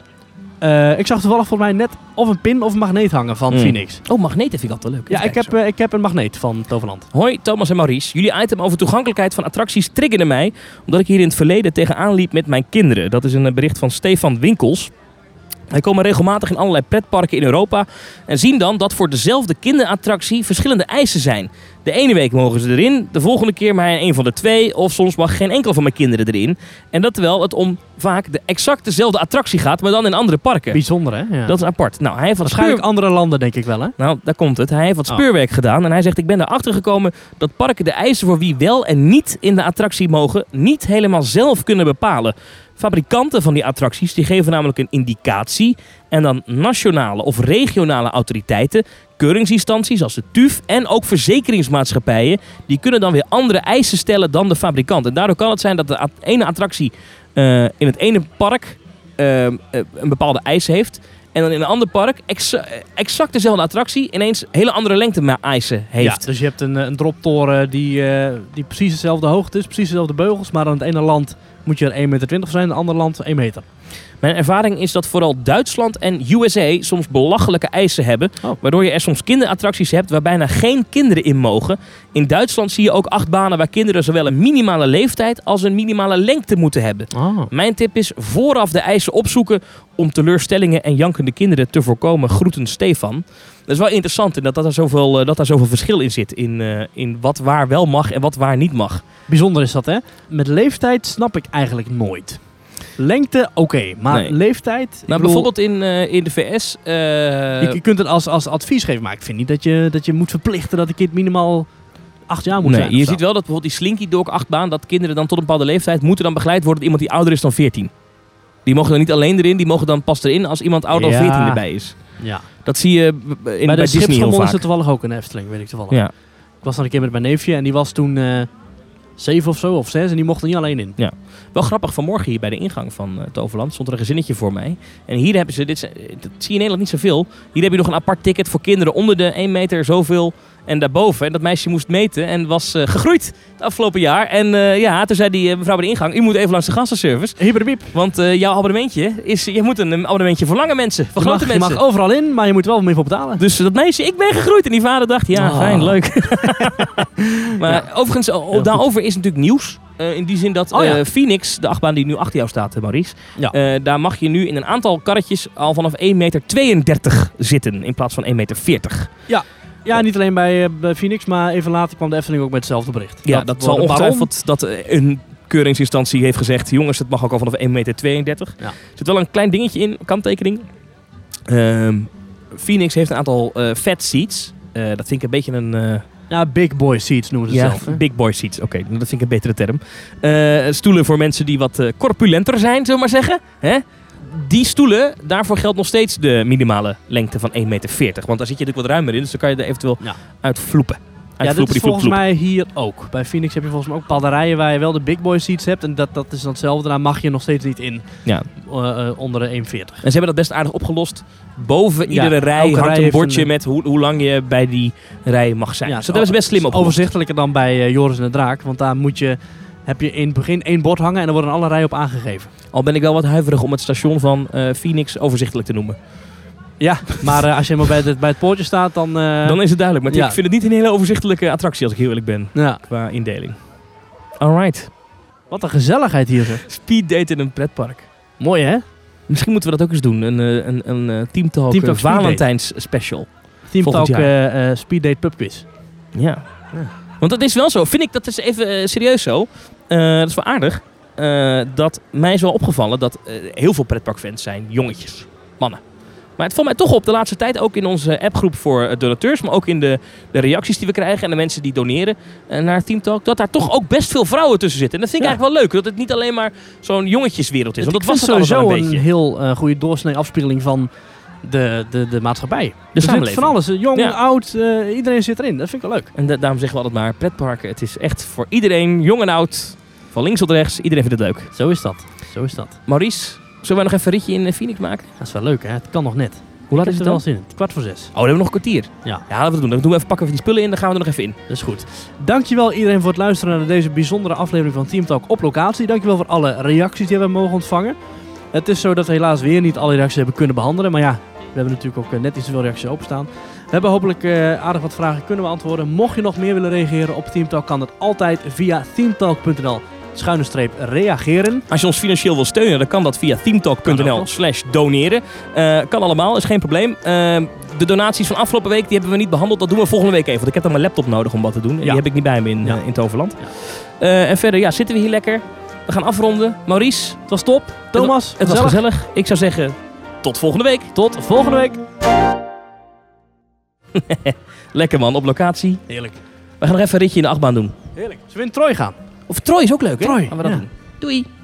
Ik zag toevallig volgens mij net of een pin of een magneet hangen van Phoenix. Oh, magneten vind ik altijd leuk. Ja, ik heb een magneet van Toverland. Hoi, Thomas en Maurice. Jullie item over toegankelijkheid van attracties triggerde mij, omdat ik hier in het verleden tegenaan liep met mijn kinderen. Dat is een bericht van Stefan Winkels. Wij komen regelmatig in allerlei pretparken in Europa en zien dan dat voor dezelfde kinderattractie verschillende eisen zijn. De ene week mogen ze erin, de volgende keer maar een van de 2 of soms mag geen enkel van mijn kinderen erin. En dat terwijl het om vaak de exact dezelfde attractie gaat, maar dan in andere parken. Bijzonder, hè? Ja. Dat is apart. Nou, hij heeft waarschijnlijk andere landen, denk ik wel, hè? Nou, daar komt het. Hij heeft wat speurwerk gedaan en hij zegt, ik ben erachter gekomen dat parken de eisen voor wie wel en niet in de attractie mogen niet helemaal zelf kunnen bepalen. Fabrikanten van die attracties die geven namelijk een indicatie en dan nationale of regionale autoriteiten, keuringsinstanties als de TÜV en ook verzekeringsmaatschappijen, die kunnen dan weer andere eisen stellen dan de fabrikant. En daardoor kan het zijn dat de ene attractie in het ene park een bepaalde eis heeft en dan in een ander park exact dezelfde attractie ineens hele andere lengte eisen heeft. Ja, dus je hebt een droptoren die precies dezelfde hoogte is, precies dezelfde beugels, maar aan het ene land moet je er 1,20 meter voor zijn, in een ander land 1 meter. Mijn ervaring is dat vooral Duitsland en USA soms belachelijke eisen hebben. Waardoor je er soms kinderattracties hebt waar bijna geen kinderen in mogen. In Duitsland zie je ook achtbanen waar kinderen zowel een minimale leeftijd als een minimale lengte moeten hebben. Mijn tip is vooraf de eisen opzoeken om teleurstellingen en jankende kinderen te voorkomen. Groeten Stefan. Dat is wel interessant dat daar zoveel verschil in zit. In wat waar wel mag en wat waar niet mag. Bijzonder is dat, hè? Met leeftijd snap ik eigenlijk nooit. Lengte, oké, maar leeftijd... Bijvoorbeeld in de VS... Je kunt het als advies geven, maar ik vind niet dat je moet verplichten dat een kind minimaal 8 jaar moet zijn. Je ziet wel dat bijvoorbeeld die Slinky Dog achtbaan, dat kinderen dan tot een bepaalde leeftijd moeten dan begeleid worden door iemand die ouder is dan 14. Die mogen dan niet alleen erin, die mogen dan pas erin als iemand ouder dan 14 erbij is. Ja. Dat zie je bij Disney heel vaak. Is er toevallig ook een Efteling, weet ik toevallig. Ja. Ik was dan een keer met mijn neefje en die was toen 7 of zo, of 6 en die mocht er niet alleen in. Ja. Wel grappig, vanmorgen hier bij de ingang van Toverland stond er een gezinnetje voor mij. En hier hebben ze, dat zie je in Nederland niet zoveel. Hier heb je nog een apart ticket voor kinderen onder de 1 meter zoveel en daarboven. En dat meisje moest meten en was gegroeid het afgelopen jaar. En toen zei die mevrouw bij de ingang, u moet even langs de gastenservice. Hieberbiep. Want jouw abonnementje is, je moet een abonnementje voor lange mensen, voor grote mensen. Je mag overal in, maar je moet wel meer voor betalen. Dus dat meisje, ik ben gegroeid. En die vader dacht, fijn, leuk. Maar overigens, daarover is natuurlijk nieuws. In die zin dat Phoenix, de achtbaan die nu achter jou staat, Maurice. Ja. Daar mag je nu in een aantal karretjes al vanaf 1,32 meter zitten in plaats van 1,40 meter. Ja. Ja, niet alleen bij Phoenix, maar even later kwam de Efteling ook met hetzelfde bericht. Ja, dat zal ongetwijfeld dat een keuringsinstantie heeft gezegd, jongens, het mag ook al vanaf 1,32 meter. Ja. Er zit wel een klein dingetje in, kanttekening. Phoenix heeft een aantal fat seats. Dat vind ik een beetje een... big boy seats noemen ze zelf. Hè? Big boy seats, oké, dat vind ik een betere term. Stoelen voor mensen die wat corpulenter zijn, zullen we maar zeggen. Hè? Die stoelen, daarvoor geldt nog steeds de minimale lengte van 1,40 meter. Want daar zit je natuurlijk wat ruimer in, dus dan kan je er eventueel uit vloepen. Dat is volgens mij hier ook. Bij Phoenix heb je volgens mij ook bepaalde rijen waar je wel de big boy seats hebt. En dat is dan hetzelfde, daar mag je nog steeds niet in onder de 1,40. En ze hebben dat best aardig opgelost. Boven iedere rij hangt een bordje met hoe lang je bij die rij mag zijn. Ja, dus dat hebben ze best slim opgelost. Overzichtelijker dan bij Joris en de Draak, want daar heb je in het begin 1 bord hangen en er worden alle rijen op aangegeven. Al ben ik wel wat huiverig om het station van Phoenix overzichtelijk te noemen. Ja, maar als je helemaal bij het poortje staat, dan... Dan is het duidelijk. Maar ik vind het niet een hele overzichtelijke attractie, als ik heel eerlijk ben. Ja. Qua indeling. Alright. Wat een gezelligheid hier, zeg. Speeddate in een pretpark. Mooi, hè? Misschien moeten we dat ook eens doen. Een Team Talk Valentijns special. Team Talk Speeddate pubquiz. Ja. Want dat is wel zo. Vind ik, dat is even serieus zo. Dat is wel aardig. Dat mij is wel opgevallen dat heel veel pretparkfans zijn jongetjes. Mannen. Maar het valt mij toch op de laatste tijd, ook in onze appgroep voor donateurs, maar ook in de reacties die we krijgen en de mensen die doneren naar Team Talk, dat daar toch ook best veel vrouwen tussen zitten. En dat vind ik eigenlijk wel leuk, dat het niet alleen maar zo'n jongetjeswereld is. Want dat was sowieso een heel goede doorsnee afspiegeling van de maatschappij. De samenleving. Van alles, jong, oud, iedereen zit erin. Dat vind ik wel leuk. En daarom zeggen we altijd maar, pretparken, het is echt voor iedereen, jong en oud, van links tot rechts, iedereen vindt het leuk. Zo is dat. Maurice, zullen wij nog even een ritje in Phoenix maken? Dat is wel leuk, hè? Het kan nog net. Hoe laat is het dan? Zin. 5:15. Oh, dan hebben we nog een kwartier. Ja, laten we het doen. Dan doen we even, pakken we die spullen in, dan gaan we er nog even in. Dat is goed. Dankjewel iedereen voor het luisteren naar deze bijzondere aflevering van Team Talk op locatie. Dankjewel voor alle reacties die we mogen ontvangen. Het is zo dat we helaas weer niet alle reacties hebben kunnen behandelen. Maar ja, we hebben natuurlijk ook net iets te veel reacties openstaan. We hebben hopelijk aardig wat vragen kunnen beantwoorden. Mocht je nog meer willen reageren op Team Talk, kan dat altijd via teamtalk.nl/reageren. Als je ons financieel wil steunen, dan kan dat via teamtalk.nl/doneren. Kan allemaal, is geen probleem. De donaties van afgelopen week, die hebben we niet behandeld. Dat doen we volgende week even. Want ik heb dan mijn laptop nodig om wat te doen. En die heb ik niet bij me in Toverland. Ja. En verder, zitten we hier lekker. We gaan afronden. Maurice, het was top. Thomas, het was gezellig. Ik zou zeggen, tot volgende week. Tot volgende week. Lekker man, op locatie. Heerlijk. We gaan nog even een ritje in de achtbaan doen. Heerlijk. Zullen we in Troy gaan? Of Troy is ook leuk, hè? Troy. Gaan we dat doen. Doei.